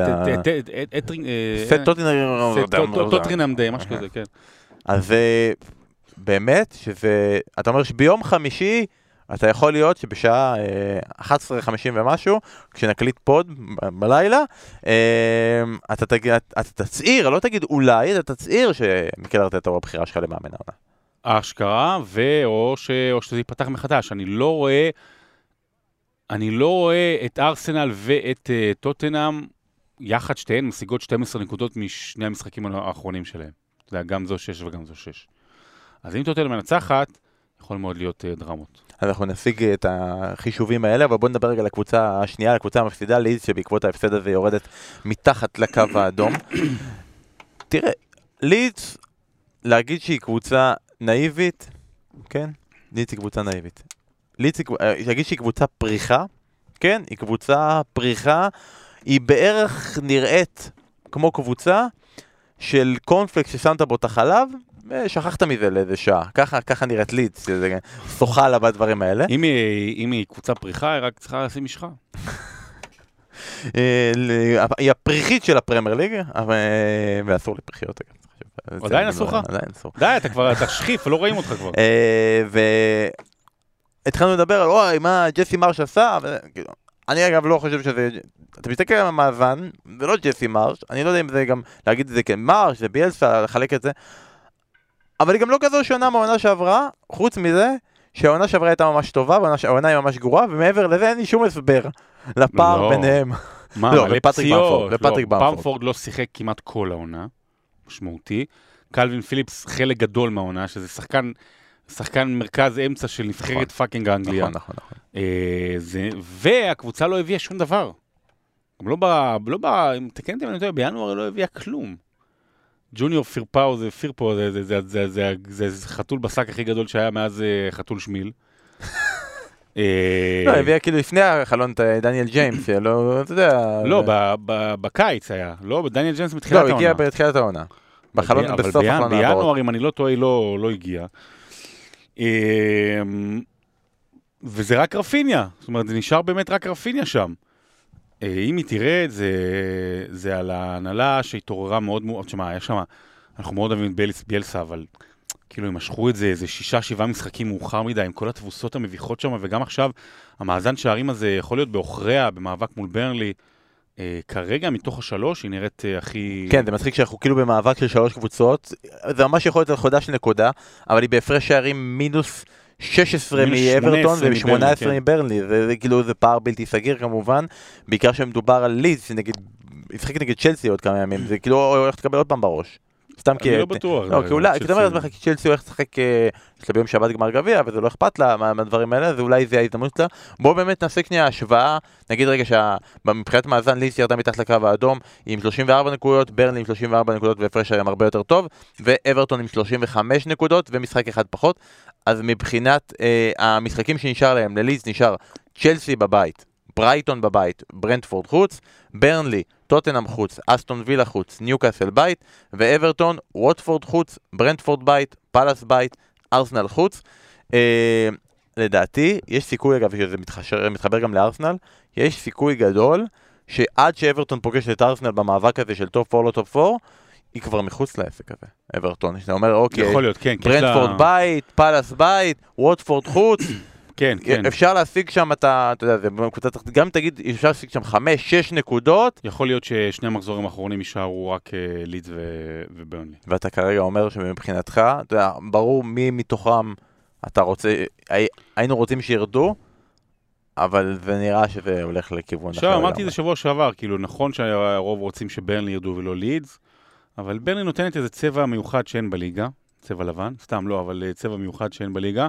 טוטנהאם דיי, משהו כזה, כן. אז באמת, שזה, אתה אומר שביום חמישי, אתה יכול להיות שבשעה אחת עשרה חמישים ומשהו, כשנקליט פוד בלילה, אתה תצעיר, לא תגיד אולי, אתה תצעיר שמיקל ארטטה הוא הבחירה שלך למאמן העונה. ההשכרה, או שזה ייפתח מחדש. אני לא רואה, אני לא רואה את ארסנל ואת טוטנהאם, יחד שתיהן משיגות שתים עשרה נקודות משני המשחקים האחרונים שלהם. זה היה גם זו שש וגם זו שש. אז אם טוטנהאם מנצחת, יכול מאוד להיות דרמות. אז אנחנו נשיג את החישובים האלה, אבל בואו נדבר רגע על הקבוצה השנייה, על הקבוצה המפסידה, לידס, שבעקבות ההפסד הזה יורדת מתחת לקו האדום. תראה, לידס, להגיד שהיא קבוצה נאיבית, כן? לידס היא קבוצה נאיבית. לידס, להגיד שהיא קבוצה פריחה, כן? היא קבוצה פריחה, היא בערך נראית כמו קבוצה של קונפלקס ששמת בו את החלב, ושכחת מזה לאיזה שעה. ככה, ככה נראית לידס, זה סוחה לה בדברים האלה. אם היא, אם היא קבוצה פריחה, היא רק צריכה לשים משחה. היא הפריחית של הפרמייר ליג, ואסור לפריחיות, אגב. עדיין אסור לך? עדיין אסור. די, אתה כבר, אתה שכיף, לא רואים אותך כבר. והתחלנו לדבר על, אוי, מה ג'סי מרש עשה, אני אגב לא חושב שזה, אתה מסתכל על המאזן, זה לא ג'סי מרש, אני לא יודע אם זה גם, להגיד את זה כמרש, זה ביאלסה, לחלק את זה, אבל היא גם לא כזו שונה מהעונה שעברה, חוץ מזה שהעונה שעברה הייתה ממש טובה, והעונה היא ממש גרועה, ומעבר לזה אין לי שום הסבר לפער ביניהם. מה, מלא פציעות, במפורד לא שיחק כמעט כל העונה, משמעותי. קלווין פיליפס חלק גדול מהעונה, שזה שחקן, שחקן מרכז אמצע של נבחרת פאקינג אנגליה. נכון, נכון, נכון. והקבוצה לא הביאה שום דבר. גם לא בא, לא בא, אם תקן אותי, אני יודע, בינואר לא הביאה כלום. ג'וניור פירפאו, זה פירפאו, זה, זה, זה, זה, זה, זה, זה חתול בשק הכי גדול שהיה מאז חתול שמיל. לא, הביאה כאילו לפני החלון את דניאל ג'יימס, לא, אתה יודע... לא, בקיץ היה, לא, דניאל ג'יימס מתחילת העונה. לא, הגיע בתחילת העונה. בחלון בסוף החלון העברות. בינואר, אם אני לא טועה, לא הגיע. וזה רק רפיניה, זאת אומרת, זה נשאר באמת רק רפיניה שם. אם היא תראה את זה, זה על ההנהלה שהתעוררה מאוד מאוד, שמה, היה שם, אנחנו מאוד אוהבים את ביאלסה, אבל כאילו הם משכו את זה, איזה שישה, שבעה משחקים מאוחר מדי, עם כל התבוסות המביכות שם, וגם עכשיו, המאזן שערים הזה יכול להיות באוכריה, במאבק מול ברנלי, כרגע מתוך השלוש, היא נראית הכי... כן, זה מצחיק שאנחנו כאילו במאבק של שלוש קבוצות, זה ממש יכול להיות על חודה של נקודה, אבל היא בהפרש שערים מינוס שש עשרה מאברטון ו-שמונה עשרה מברנלי, זה כאילו זה פער בלתי סגיר כמובן, בעיקר שמדובר על לידס, שנגיד, ישחק נגד צ'לסי עוד כמה ימים, זה כאילו הולך לקבל עוד פעם בראש. סתם כי... אני לא בטוח. לא, כי אולי, כי אתה אומר לעצמך, כי צ'לסי הולך לשחק, יש לה ביום שבת גמר גביע, וזה לא אכפת לה מהדברים האלה, זה אולי זה ההזדמנות שלה. בואו באמת נעשה שנייה השוואה, נגיד רגע שבמבחינת מאזן לידס ירדה מתחת לקו האדום, עם שלושים וארבע נקודות, ברנלי עם שלושים וארבע נקודות והפרש היום הרבה יותר טוב, ואברטון עם שלושים וחמש נקודות ומשחק אחד פחות. אז מבחינת אה, המשחקים שנשאר להם, ללידס נשאר צ'לסי בבית, ברייטון בבית, ברנטפורד חוץ, ברנלי, טוטנהאם חוץ, אסטון וילה חוץ, ניוקאסל בית, ואברטון, ווטפורד חוץ, ברנטפורד בית, פאלאס בית, ארסנל חוץ. אה, לדעתי, יש סיכוי, אגב, שזה מתחשר, מתחבר גם לארסנל, יש סיכוי גדול שעד שאברטון פוגש את ארסנל במאבק הזה של טופ ארבע לא טופ ארבע, היא כבר מחוץ לעסק הזה, אברטון. שאתה אומר, אוקיי, יכול להיות, כן, ברנטפורד בית, פלאס בית, ווטפורד חוץ, כן, כן. אפשר להשיג שם, אתה, אתה יודע, זה בקבוצת, גם תגיד, אפשר להשיג שם חמש, שש נקודות. יכול להיות ששני המחזורים האחרונים יישארו רק לידס וברנלי. ואתה כרגע אומר שמבחינתך, אתה יודע, ברור מי מתוכם אתה רוצה, היינו רוצים שירדו, אבל זה נראה שזה הולך לכיוון אחר. עכשיו, אמרתי זה שבוע שעבר, כאילו נכון שהרוב רוצים שברנלי ירדו ולא לידס, אבל ברנלי נותנת איזה צבע מיוחד שאין בליגה, צבע לבן, סתם לא, אבל צבע מיוחד שאין בליגה,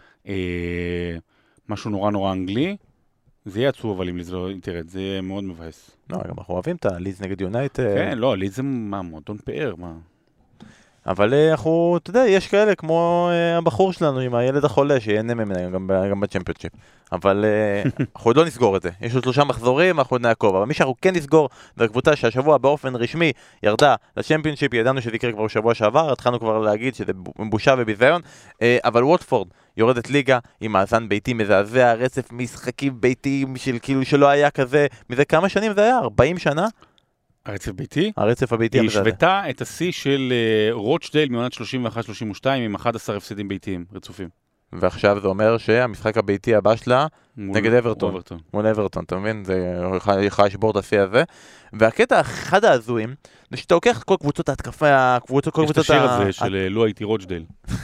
משהו נורא נורא אנגלי, זה יהיה עצוב, אבל אם לידס לא תרד, זה יהיה מאוד מבאס. לא, גם אנחנו אוהבים את הלידס נגד יונייטד. כן, לא, לידס זה מה, מועדון פאר, מה? אבל אנחנו, אתה יודע, יש כאלה כמו הבחור שלנו עם הילד החולה, שיהנה ממנה גם בצ'מפיונשיפ. אבל אנחנו עוד לא נסגור את זה. יש עוד שלושה מחזורים, אנחנו עוד נעקוב. אבל מי שאנחנו כן נסגור, זה הקבוצה שהשבוע באופן רשמי ירדה לצ'מפיונשיפ, ידענו שזה יקרה כבר בשבוע שעבר, התחלנו כבר להגיד שזה בושה וביזיון. אבל ווטפורד יורדת ליגה עם מאזן ביתי מזעזע, רצף משחקים ביתיים של כאילו שלא היה כזה, מזה כמה שנים זה היה? ארבעים שנה? הרצף ביתי? הרצף הביתי היא השוותה את השיא של רוטשדייל מעונת שלושים ואחת שלושים ושתיים עם אחד עשר הפסדים ביתיים רצופים. ועכשיו זה אומר שהמשחק הביתי הבא שלה נגד אברטון. מול אברטון, אתה מבין? זה יכול לשבור את השיא הזה. והקטע אחד ההזויים, זה שאתה לוקח את כל קבוצות ההתקפה, יש את השיר הזה של לא הייתי רוטשדייל.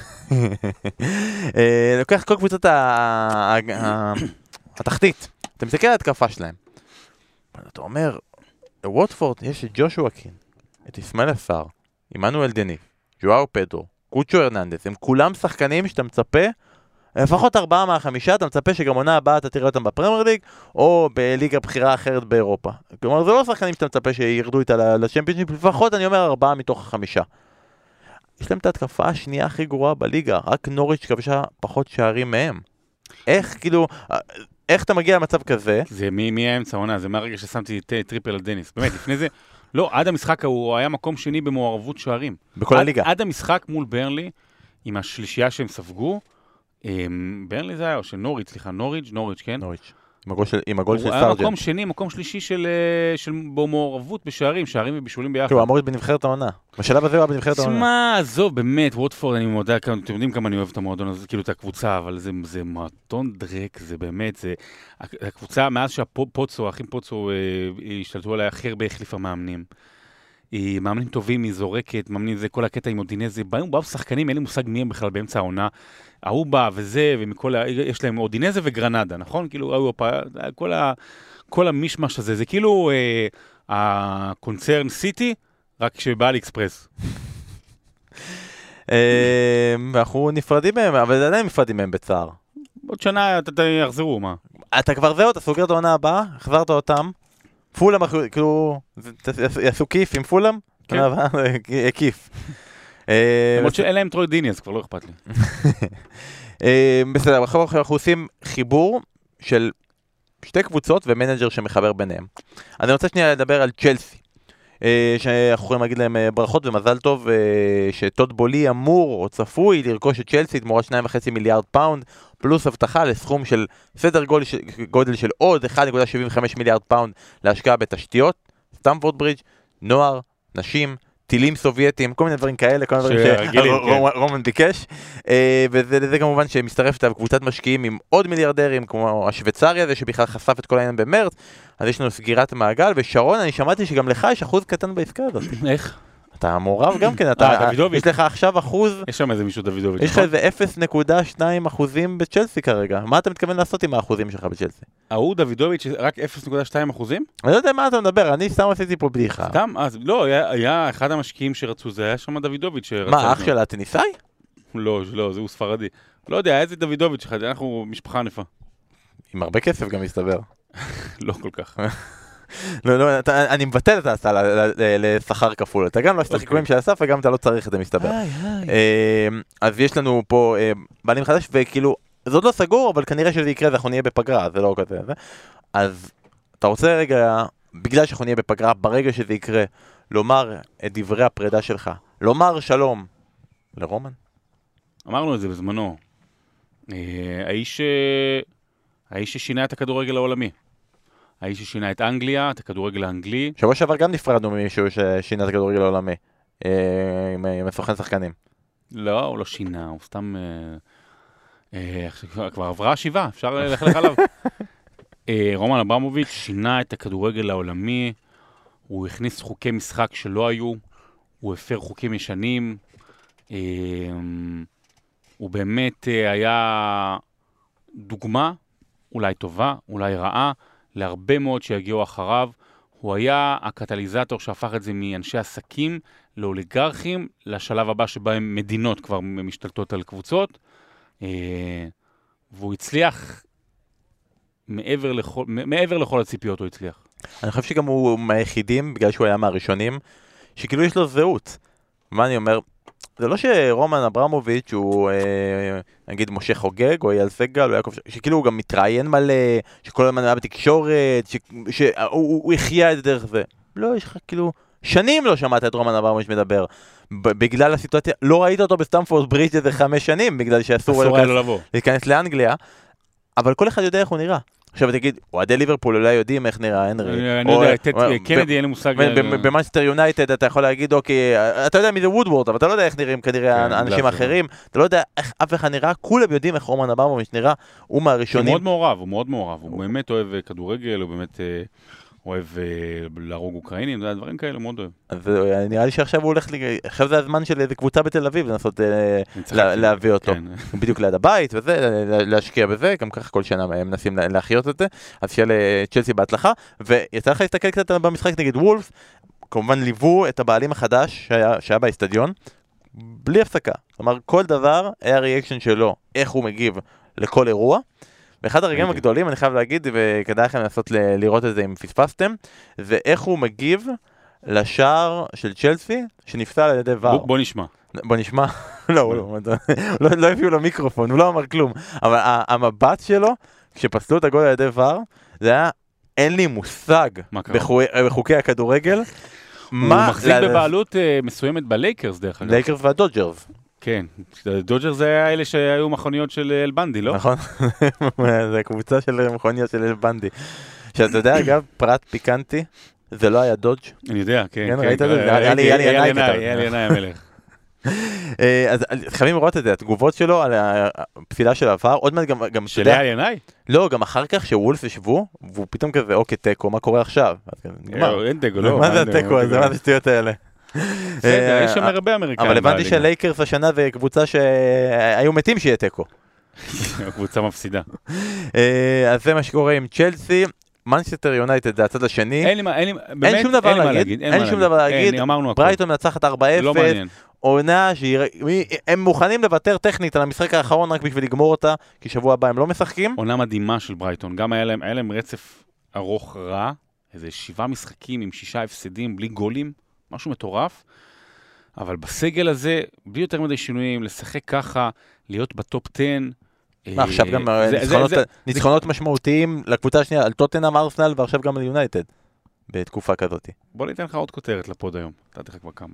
לוקח את כל קבוצות התחתית. אתה מסתכל על ההתקפה שלהם. אתה אומר, לווטפורד יש את ג'ושוע קין, את איסמאעיל אסאר, עמנואל דניס, ז'ואאו פדרו, קוצ'ו הרננדס, הם כולם שחקנים שאתה מצפה, לפחות ארבעה מהחמישה, אתה מצפה שגם עונה הבאה אתה תראה אותם בפרמייר ליג, או בליגה בחירה אחרת באירופה. כלומר, זה לא שחקנים שאתה מצפה שירדו איתה לצ'מפיונשיפ, לפחות אני אומר ארבעה מתוך החמישה. יש להם את ההתקפה השנייה הכי גרועה בליגה, רק נוריץ' כבשה פחות שערים מהם. איך, כאילו... איך אתה מגיע למצב כזה? זה מי, מי האמצע העונה, זה מהרגע ששמתי טריפל על דניס. באמת, לפני זה, לא, עד המשחק הוא היה מקום שני במעורבות שערים. בכל עד, הליגה. עד המשחק מול ברנלי, עם השלישייה שהם ספגו, ברנלי זה היה, או שנוריץ', סליחה, נוריץ', נוריץ', כן? נוריץ'. עם הגול של, עם הגול של סרג'נט. סרג'נט. הוא היה מקום שני, מקום שלישי של, של במעורבות בשערים, שערים ובישולים ביחד. הוא אמור להיות בנבחרת העונה. בשלב הזה הוא היה בנבחרת העונה. שמע, עזוב, באמת, ווטפורד, אני מודה, אתם יודעים כמה אני אוהב את המועדון הזה, כאילו את הקבוצה, אבל זה, זה מועדון דרק, זה באמת, זה, הקבוצה, מאז שהפוצו, האחים פוצו, השתלטו עליה הכי הרבה החליפה מאמנים. מאמנים טובים, היא זורקת, מאמנים זה, כל הקטע עם אודינזה, באו, באו שחקנים, אין לי מושג מי הם בכלל באמצע העונה, ההוא בא וזה, ומכל, יש להם אודינזה וגרנדה, נכון? כאילו, כל, ה, כל המשמש הזה, זה כאילו אה, הקונצרן סיטי, רק שבא על אקספרס. אנחנו נפרדים מהם, אבל זה עדיין נפרדים מהם בצער. עוד שנה אתה יחזרו, מה? אתה כבר זהו, אתה סוגר את העונה הבאה, החזרת אותם, פולאם, כאילו, יעשו כיף עם פולאם? כן. כיף. למרות שאין להם טרוי דיני, אז כבר לא אכפת לי. בסדר, אנחנו עושים חיבור של שתי קבוצות ומנג'ר שמחבר ביניהם. אני רוצה שנייה לדבר על צ'לסי, שאנחנו יכולים להגיד להם ברכות ומזל טוב, שטוד בולי אמור או צפוי לרכוש את צ'לסי תמורת שניים וחצי מיליארד פאונד, פלוס הבטחה לסכום של סדר גודל של עוד אחד נקודה שבעים וחמש מיליארד פאונד להשקעה בתשתיות, סטמפורד ברידג', נוער, נשים, טילים סובייטיים, כל מיני דברים כאלה, כל מיני דברים שרומן ביקש, וזה כמובן שמצטרפת על קבוצת משקיעים עם עוד מיליארדרים, כמו השוויצריה הזה שבכלל חשף את כל העניין במרץ, אז יש לנו סגירת מעגל, ושרון, אני שמעתי שגם לך יש אחוז קטן בעסקה הזאת. איך? אתה מעורב גם כן, יש לך עכשיו אחוז, יש שם איזה מישהו דוידוביץ', יש לך איזה אפס נקודה שתיים אחוזים בצ'לסי כרגע, מה אתה מתכוון לעשות עם האחוזים שלך בצ'לסי? ההוא דוידוביץ' רק אפס נקודה שתיים אחוזים? אני לא יודע מה אתה מדבר, אני סתם עשיתי פה בדיחה. סתם? אז לא, היה אחד המשקיעים שרצו, זה היה שם דוידוביץ' שרצו. מה, אח של הטניסאי? לא, לא, זה הוא ספרדי. לא יודע, איזה דוידוביץ' שלך, אנחנו משפחה ענפה. עם הרבה כסף גם מסתבר. לא כל כך. לא, לא, אני מבטל את ההצעה לשכר כפול. אתה גם לא עשית חיקויים של הסף וגם אתה לא צריך את זה מסתבר. אז יש לנו פה בעלים חדש וכאילו, זה עוד לא סגור, אבל כנראה שזה יקרה, אנחנו נהיה בפגרה, זה לא כזה. אז אתה רוצה רגע, בגלל שאנחנו נהיה בפגרה, ברגע שזה יקרה, לומר את דברי הפרידה שלך, לומר שלום לרומן? אמרנו את זה בזמנו. האיש האיש ששינה את הכדורגל העולמי. האיש ששינה את אנגליה, את הכדורגל האנגלי. שבוע שעבר גם נפרדנו ממישהו ששינה את הכדורגל העולמי, עם סוכן שחקנים. לא, הוא לא שינה, הוא סתם... כבר עברה השבעה, אפשר ללכת עליו. רומן אברמוביץ' שינה את הכדורגל העולמי, הוא הכניס חוקי משחק שלא היו, הוא הפר חוקים ישנים, הוא באמת היה דוגמה, אולי טובה, אולי רעה, להרבה מאוד שיגיעו אחריו. הוא היה הקטליזטור שהפך את זה מאנשי עסקים לאוליגרכים, לשלב הבא שבהם מדינות כבר משתלטות על קבוצות, והוא הצליח מעבר לכל, מעבר לכל הציפיות הוא הצליח. אני חושב שגם הוא מהיחידים, בגלל שהוא היה מהראשונים, שכאילו יש לו זהות. מה אני אומר? זה לא שרומן אברמוביץ' הוא, אה, נגיד, משה חוגג או אייל סגל, או יעקב, שכאילו הוא גם מתראיין מלא, שכל הזמן היה בתקשורת, שהוא החיה את דרך זה. לא, יש לך כאילו, שנים לא שמעת את רומן אברמוביץ' מדבר. בגלל הסיטואציה, לא ראית אותו בסטמפורד ברידג' איזה חמש שנים, בגלל שאסור להיכנס לאנגליה, אבל כל אחד יודע איך הוא נראה. עכשיו תגיד, אוהדי ליברפול אולי יודעים איך נראה הנרי. אני יודע, קנדי אין לי מושג. במנצ'סטר יונייטד אתה יכול להגיד, אוקיי, אתה יודע מי זה וודוורד, אבל אתה לא יודע איך נראים כנראה אנשים אחרים, אתה לא יודע איך אף אחד נראה, כולם יודעים איך רומן אברמוביץ' נראה, הוא מהראשונים. הוא מאוד מעורב, הוא מאוד מעורב, הוא באמת אוהב כדורגל, הוא באמת אוהב להרוג אוקראינים, דברים כאלה, מאוד אוהב. אז נראה לי שעכשיו הוא הולך, עכשיו זה הזמן של איזה קבוצה בתל אביב, לנסות להביא אותו. בדיוק ליד הבית וזה, להשקיע בזה, גם ככה כל שנה הם מנסים להחיות את זה, אז שיהיה לצ'לסי בהצלחה, ויצא לך להסתכל קצת במשחק נגד וולף, כמובן ליוו את הבעלים החדש שהיה באסטדיון, בלי הפסקה. כלומר, כל דבר היה ריאקשן שלו, איך הוא מגיב לכל אירוע, ואחד הרגעים הגדולים, אני חייב להגיד, וכדאי לכם לנסות לראות את זה אם פספסתם, זה איך הוא מגיב לשער של צ'לסי, שנפסל על ידי ור. בוא נשמע. בוא נשמע. לא, לא הביאו לו מיקרופון, הוא לא אמר כלום. אבל המבט שלו, כשפסלו את הגול על ידי ור, זה היה, אין לי מושג בחוקי הכדורגל. הוא מחזיק בבעלות מסוימת בלייקרס, דרך אגב. לייקרס והדודג'רס. כן, דודג'ר זה היה אלה שהיו מכוניות של אלבנדי, לא? נכון, זה קבוצה של מכוניות של אלבנדי. שאתה יודע, אגב, פרט פיקנטי, זה לא היה דודג'. אני יודע, כן. כן, ראית את זה? היה לי עיניי כתב. היה לי עיניי המלך. אז חייבים לראות את זה, התגובות שלו על הפסילה של העבר, עוד מעט גם... של היה לי עיניי? לא, גם אחר כך שוולף ישבו, והוא פתאום כזה, אוקיי, טקו, מה קורה עכשיו? אין טקו, לא. מה זה הטקו הזה? מה זה שטויות האלה? יש שם הרבה אמריקאים. אבל הבנתי שלייקרס השנה זה קבוצה שהיו מתים שיהיה טקו. קבוצה מפסידה. אז זה מה שקורה עם צ'לסי. מנצ'סטר יונייטד זה הצד השני. אין שום דבר להגיד. אין שום דבר להגיד. ברייטון מנצחת ארבע אפס. לא מעניין. עונה שהם מוכנים לוותר טכנית על המשחק האחרון רק בשביל לגמור אותה, כי שבוע הבא הם לא משחקים. עונה מדהימה של ברייטון. גם היה להם רצף ארוך רע. איזה שבעה משחקים עם שישה הפסדים בלי גולים. משהו מטורף, אבל בסגל הזה, בלי יותר מדי שינויים, לשחק ככה, להיות בטופ עשר. עכשיו גם ניצחונות משמעותיים לקבוצה השנייה, על טוטנהאם, ארסנל, ועכשיו גם על יונייטד, בתקופה כזאת. בוא ניתן לך עוד כותרת לפוד היום, נתתי לך כבר כמה.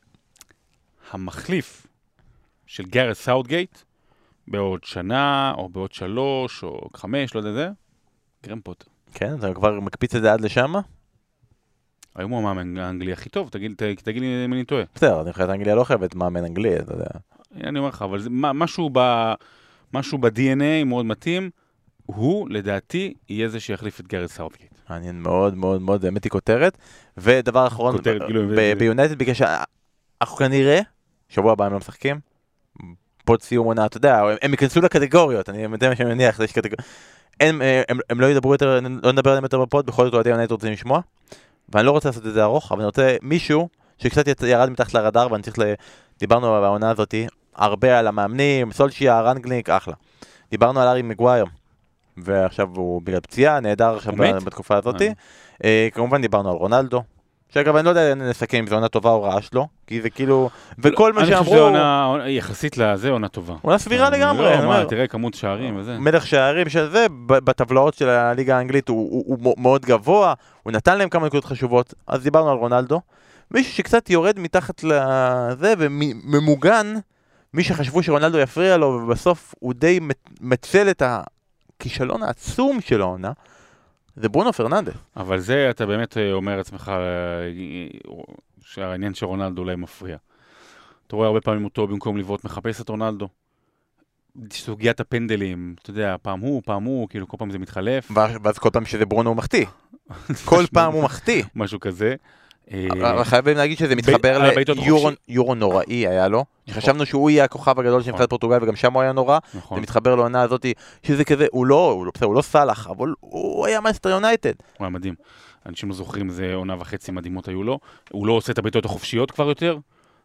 המחליף של גארת סאוטגייט, בעוד שנה, או בעוד שלוש, או חמש, לא יודע זה, גרם פוטר. כן, אתה כבר מקפיץ את זה עד לשם? היום הוא המאמן האנגלי הכי טוב, תגיד, תגיד לי אם אני טועה. בסדר, אני חושבת אנגליה לא חייבת מאמן אנגלי, אתה יודע. אני אומר לך, אבל זה, משהו, ב, משהו ב-די אן איי מאוד מתאים, הוא לדעתי יהיה זה שיחליף את גארת סאוטגייט. מעניין מאוד מאוד מאוד, באמת היא כותרת. ודבר אחרון, ביונייטד, בגלל שאנחנו כנראה, שבוע הבא הם לא משחקים, פוד סיום עונה, אתה יודע, הם ייכנסו לקטגוריות, אני יודע מה שאני מניח, יש קטגוריות. הם, הם, הם לא ידברו יותר, לא נדבר עליהם יותר בפוד, בכל זאת אוהדי יונייטד רוצים לשמוע. ואני לא רוצה לעשות את זה ארוך, אבל אני רוצה מישהו שקצת ירד מתחת לרדאר, ואני צריך ל... דיברנו בעונה הזאת הרבה על המאמנים, סולשיה, רנגלניק, אחלה. דיברנו על ארי מגווייר, ועכשיו הוא בגלל פציעה, נהדר עכשיו בתקופה הזאת. כמובן דיברנו על רונלדו, שאגב אני לא יודע נסכם אם זו עונה טובה או רעה שלו, כי זה כאילו, וכל מה שאמרו... אני חושב יחסית לזה עונה טובה. עונה סבירה לגמרי. תראה כמות שערים וזה. מלך שערים שזה, בטבלאות של הליגה האנגלית הוא מאוד גבוה, הוא נתן להם כמה נקודות חשובות, אז דיברנו על רונלדו, מישהו שקצת יורד מתחת לזה וממוגן מי שחשבו שרונלדו יפריע לו, ובסוף הוא די מצל את הכישלון העצום של העונה, זה ברונו פרננדס. אבל זה אתה באמת אומר עצמך שהעניין שרונלדו אולי מפריע. אתה רואה הרבה פעמים אותו במקום לבעוט מחפש את רונלדו. סוגיית הפנדלים, אתה יודע, פעם הוא, פעם הוא, כאילו כל פעם זה מתחלף. ואז כל פעם שזה ברונו הוא מחטיא. כל פעם הוא מחטיא. משהו כזה. חייבים להגיד שזה מתחבר ליורו נוראי היה לו. חשבנו שהוא יהיה הכוכב הגדול של נבחרת פורטוגל, וגם שם הוא היה נורא. זה מתחבר לעונה הזאת, שזה כזה, הוא לא, הוא לא סלח, אבל הוא היה מאנסטר יונייטד. הוא היה מדהים. אנשים לא זוכרים, זה עונה וחצי מדהימות היו לו. הוא לא עושה את הבעיטות החופשיות כבר יותר.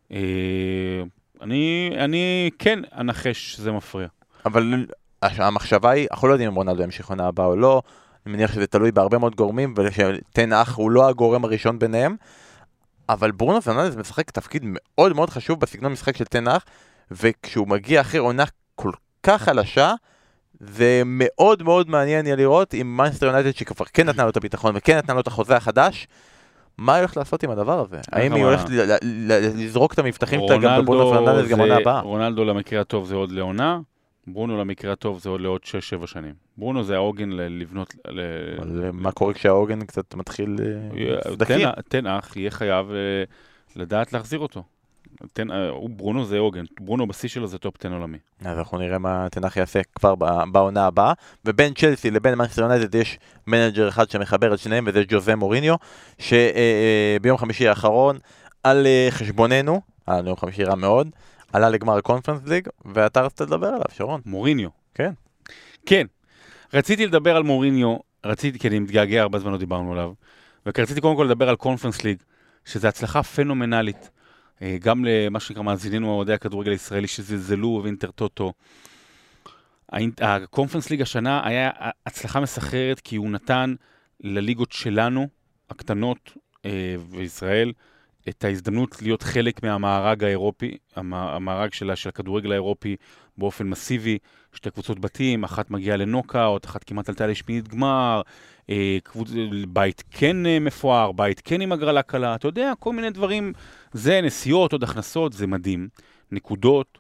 אני, אני כן אנחש שזה מפריע. אבל המחשבה היא, אנחנו לא יודעים אם רונלדו ימשיך עונה הבאה או לא, אני מניח שזה תלוי בהרבה מאוד גורמים, ושתן אח הוא לא הגורם הראשון ביניהם, אבל ברונו פרננדס משחק תפקיד מאוד מאוד חשוב בסגנון משחק של תן אח, וכשהוא מגיע אחרי עונה כל כך חלשה, זה מאוד מאוד מעניין יהיה לראות עם מנצ'סטר יונייטד שכבר כן נתנה לו את הביטחון וכן נתנה לו את החוזה החדש, מה היא הולכת לעשות עם הדבר הזה? האם היא הולכת לזרוק את המבטחים גם בברונו פרננדס גם עונה הבאה? רונלדו למקרה הטוב זה עוד לעונה, ברונו למקרה הטוב זה עוד לעוד שש שבע שנים. ברונו זה העוגן לבנות... מה קורה כשהעוגן קצת מתחיל... תן אח יהיה חייב לדעת להחזיר אותו. ברונו זה עוגן, ברונו בשיא שלו זה טופ עשר עולמי. אז אנחנו נראה מה תן אח יעשה כבר בעונה הבאה, ובין צ'לסי לבין מנצ'סטר יונייטד יש מנג'ר אחד שמחבר את שניהם, וזה ג'וזה מוריניו, שביום חמישי האחרון על חשבוננו, היה יום חמישי רע מאוד, עלה לגמר הקונפרנס ליג, ואתה רצית לדבר עליו, שרון. מוריניו. כן. כן. רציתי לדבר על מוריניו, רציתי, כי אני מתגעגע, הרבה זמן לא דיברנו עליו, ורציתי קודם כל לדבר על קונפרנס ליג, שזו הצלחה פנומנלית, גם למה שנקרא מאזינינו אוהדי הכדורגל הישראלי שזלזלו ואינטר טוטו. הקונפרנס ליג השנה היה הצלחה מסחררת, כי הוא נתן לליגות שלנו, הקטנות בישראל, את ההזדמנות להיות חלק מהמארג האירופי, המארג של הכדורגל האירופי באופן מסיבי, שתי קבוצות בתים, אחת מגיעה לנוקאוט, אחת כמעט עלתה לשמינית גמר, בית כן מפואר, בית כן עם הגרלה קלה, אתה יודע, כל מיני דברים, זה נסיעות, עוד הכנסות, זה מדהים, נקודות,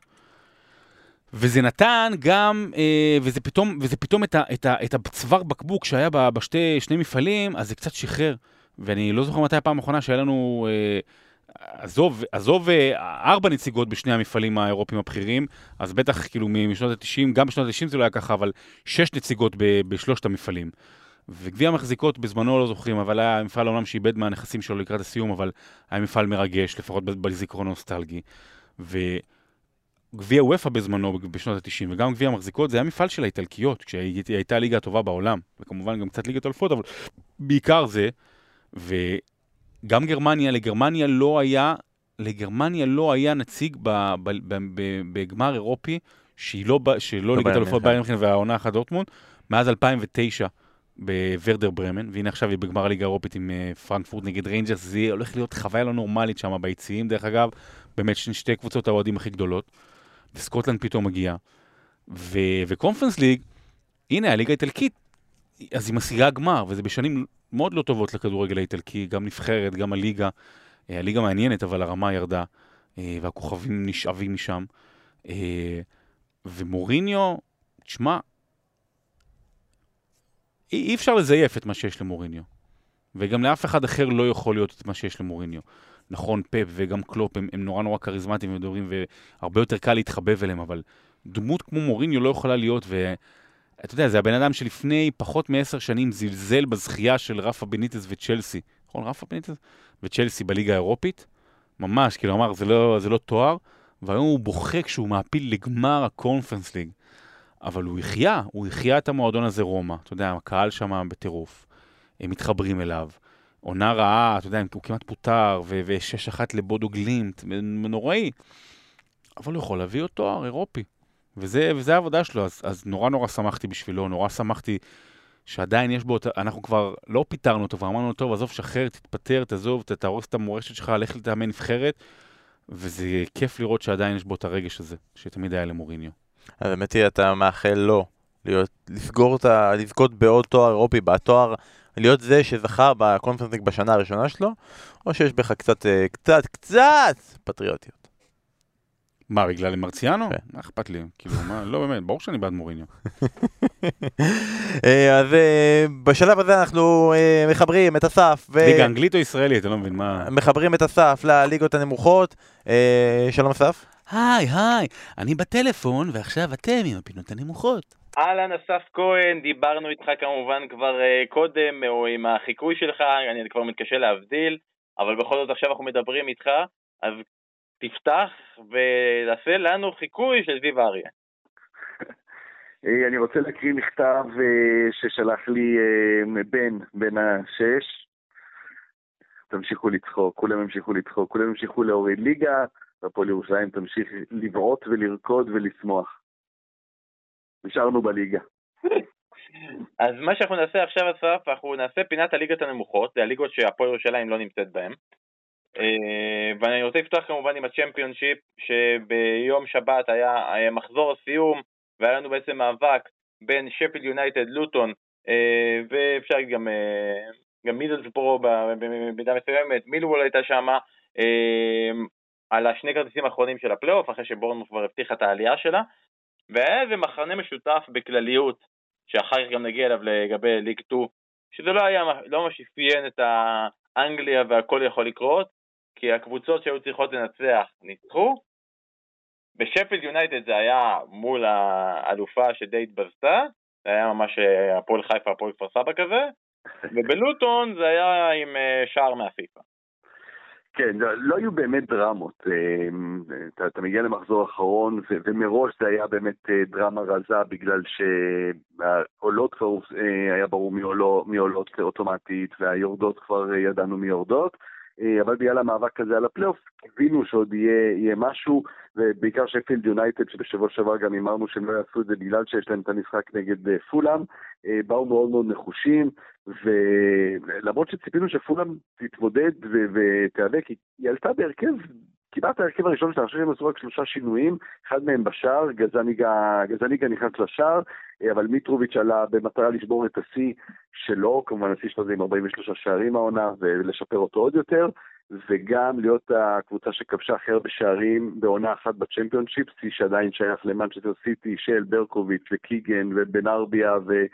וזה נתן גם, וזה פתאום, וזה פתאום את, ה, את, ה, את הצוואר בקבוק שהיה בשתי שני מפעלים, אז זה קצת שחרר. ואני לא זוכר מתי הפעם האחרונה שהיה לנו, אה, עזוב, עזוב אה, ארבע נציגות בשני המפעלים האירופיים הבכירים, אז בטח כאילו משנות ה-תשעים, גם בשנות ה-תשעים זה לא היה ככה, אבל שש נציגות ב- בשלושת המפעלים. וגביע המחזיקות בזמנו לא זוכרים, אבל היה מפעל העולם שאיבד מהנכסים שלו לקראת הסיום, אבל היה מפעל מרגש, לפחות בזיכרון נוסטלגי. וגביע וופא בזמנו בשנות ה-תשעים, וגם גביע המחזיקות, זה היה מפעל של האיטלקיות, כשהייתה הליגה הטובה בעולם, וכמובן גם קצת ליגת אלופות, אבל בעיקר זה, וגם גרמניה, לגרמניה לא היה, לגרמניה לא היה נציג ב, ב, ב, ב, בגמר אירופי, שהיא לא, שלא ליגת אלופות ביירן מינכן והעונה אחת דורטמונד, מאז אלפיים ותשע בוורדר ברמן, והנה עכשיו היא בגמר הליגה האירופית עם פרנקפורט נגד ריינג'רס, זה הולך להיות חוויה לא נורמלית שם ביציעים, דרך אגב, באמת שתי קבוצות האוהדים הכי גדולות, וסקוטלנד פתאום מגיעה, ו, וקונפרנס ליג, הנה הליגה האיטלקית, אז היא משיגה גמר, וזה בשנים מאוד לא טובות לכדורגל האיטלקי, גם נבחרת, גם הליגה. הליגה מעניינת, אבל הרמה ירדה, והכוכבים נשאבים משם. ומוריניו, תשמע, אי אפשר לזייף את מה שיש למוריניו. וגם לאף אחד אחר לא יכול להיות את מה שיש למוריניו. נכון, פפ וגם קלופ, הם, הם נורא נורא קריזמטיים ודוברים, והרבה יותר קל להתחבב אליהם, אבל דמות כמו מוריניו לא יכולה להיות, ו... אתה יודע, זה הבן אדם שלפני פחות מעשר שנים זלזל בזכייה של רפה בניטס וצ'לסי. נכון, רפה בניטס וצ'לסי בליגה האירופית. ממש, כאילו אמר, זה לא, זה לא תואר. והיום הוא בוכה כשהוא מעפיל לגמר הקונפרנס ליג. אבל הוא יחיה, הוא יחיה את המועדון הזה רומא. אתה יודע, הקהל שם בטירוף. הם מתחברים אליו. עונה רעה, אתה יודע, הוא כמעט פוטר, ושש אחת לבודו גלימט, נוראי. אבל הוא יכול להביא אותו תואר אירופי. וזה, וזה העבודה שלו, אז, אז נורא נורא שמחתי בשבילו, נורא שמחתי שעדיין יש בו, אנחנו כבר לא פיתרנו אותו, ואמרנו לו, טוב, עזוב, שחרר, תתפטר, תעזוב, תהרוס את המורשת שלך, הלך לתאמן נבחרת, וזה כיף לראות שעדיין יש בו את הרגש הזה, שתמיד היה למוריניו. אז באמת אתה מאחל לו, להיות, לסגור את ה... לזכות בעוד תואר אירופי, בתואר, להיות זה שזכה בקונפרנס ליג בשנה הראשונה שלו, או שיש בך קצת, קצת, קצת פטריוטיות? מה, בגלל מרציאנו? כן. מה אכפת לי? כאילו, מה, לא באמת, ברור שאני בעד מוריניו. אה, אז אה, בשלב הזה אנחנו אה, מחברים את הסף, ו- ליגה אנגלית או ישראלית? אני לא מבין מה... מחברים את הסף לליגות הנמוכות. אה, שלום אסף. היי, היי, אני בטלפון, ועכשיו אתם עם הפינות הנמוכות. אהלן, אסף כהן, דיברנו איתך כמובן כבר uh, קודם, או עם החיקוי שלך, אני כבר מתקשה להבדיל, אבל בכל זאת עכשיו אנחנו מדברים איתך, אז תפתח ותעשה לנו חיקוי של זיו אריה. אני רוצה להקריא מכתב ששלח לי בן, בן השש. תמשיכו לצחוק, כולם המשיכו לצחוק, כולם המשיכו להוריד ליגה, והפועל ירושלים תמשיך לבעוט ולרקוד ולשמוח. נשארנו בליגה. אז מה שאנחנו נעשה עכשיו, אסף, אנחנו נעשה פינת הליגות הנמוכות, זה הליגות שהפועל ירושלים לא נמצאת בהן. ואני רוצה לפתוח כמובן עם הצ'מפיונשיפ, שביום שבת היה, היה מחזור הסיום, והיה לנו בעצם מאבק בין שפילד יונייטד, לוטון, ואפשר גם, גם מידלסבורו במידה מסוימת, מילוול הייתה שמה, על השני כרטיסים האחרונים של הפלייאוף, אחרי שבורנמות' כבר הבטיחה את העלייה שלה, והיה איזה מחנה משותף בכלליות, שאחר כך גם נגיע אליו לגבי ליג שתיים, שזה לא היה, לא ממש אפיין את האנגליה והכל יכול לקרות, כי הקבוצות שהיו צריכות לנצח ניצחו. בשפילד יונייטד זה היה מול האלופה שדי התבזתה, זה היה ממש הפועל חיפה, הפועל כפר סבא כזה, ובלוטון זה היה עם שער מהפיפה. כן, לא היו באמת דרמות, אתה, אתה מגיע למחזור אחרון, ו- ומראש זה היה באמת דרמה רזה, בגלל שהעולות כבר היה ברור מי, עולו, מי עולות אוטומטית, והיורדות כבר ידענו מי יורדות, אבל בגלל המאבק הזה על הפלייאוף, הבינו שעוד יהיה, יהיה משהו, ובעיקר שפילד יונייטד, שבשבוע שעבר גם אמרנו שהם לא יעשו את זה בגלל שיש להם את המשחק נגד פולאם, באו מאוד מאוד נחושים, ולמרות שציפינו שפולאם תתמודד ותיאבק, היא עלתה בהרכב, כמעט ההרכב הראשון שלה, עכשיו הם עשו רק שלושה שינויים, אחד מהם בשער, גזניגה, גזניגה נכנס לשער, אבל מיטרוביץ' עלה במטרה לשבור את השיא שלו, כמובן השיא שלו זה עם ארבעים ושלושה שערים העונה, ולשפר אותו עוד יותר, וגם להיות הקבוצה שכבשה הכי הרבה שערים בעונה אחת בצ'מפיונשיפ, שיא שעדיין שייך למנצ'סטר סיטי של ברקוביץ' וקיגן ובן ארביה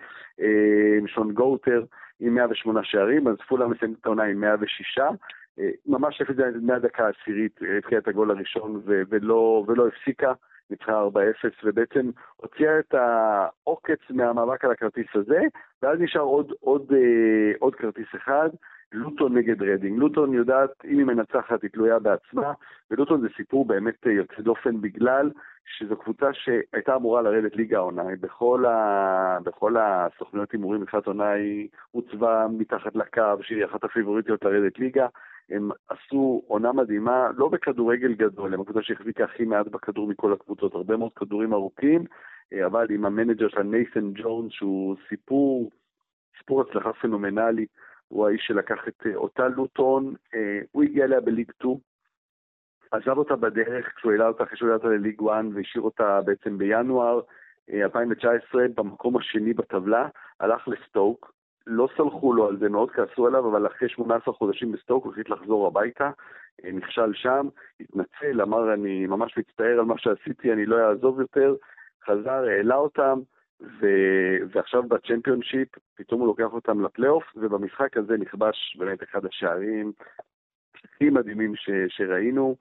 ושון גוטר עם מאה ושמונה שערים, אז פולה מסיימת את העונה עם מאה ושש, ממש לפי זה מהדקה העשירית התחילה את הגול הראשון ולא, ולא הפסיקה, ניצחה ארבע אפס, ובעצם הוציאה את העוקץ מהמאבק על הכרטיס הזה, ואז נשאר עוד, עוד, עוד כרטיס אחד, לוטון נגד רדינג. לוטון יודעת, אם היא מנצחת, היא תלויה בעצמה, ולוטון זה סיפור באמת יוצא דופן בגלל שזו קבוצה שהייתה אמורה לרדת ליגה העונה. בכל, ה... בכל הסוכנויות הימורים בתחילת עונה היא הוצבה מתחת לקו, שהיא אחת הפיבוריטיות לרדת ליגה. הם עשו עונה מדהימה, לא בכדורגל גדול, הם הקבוצה שהחזיקה הכי מעט בכדור מכל הקבוצות, הרבה מאוד כדורים ארוכים, אבל עם המנג'ר של ניית'ן ג'ונס, שהוא סיפור, סיפור הצלחה פנומנלי, הוא האיש שלקח את אותה לוטון, הוא הגיע אליה בליג שתיים, עזב אותה בדרך כשהוא העלה אותה, אחרי שהוא העלה אותה לליג אחת, והשאיר אותה בעצם בינואר אלפיים תשע עשרה, במקום השני בטבלה, הלך לסטוק, לא סלחו לו על זה, מאוד כעסו עליו, אבל אחרי שמונה עשרה חודשים בסטוק, הוא החליט לחזור הביתה, נכשל שם, התנצל, אמר אני ממש מצטער על מה שעשיתי, אני לא אעזוב יותר, חזר, העלה אותם, ו... ועכשיו בצ'מפיונשיפ, פתאום הוא לוקח אותם לפלייאוף, ובמשחק הזה נכבש באמת אחד השערים הכי מדהימים ש... שראינו,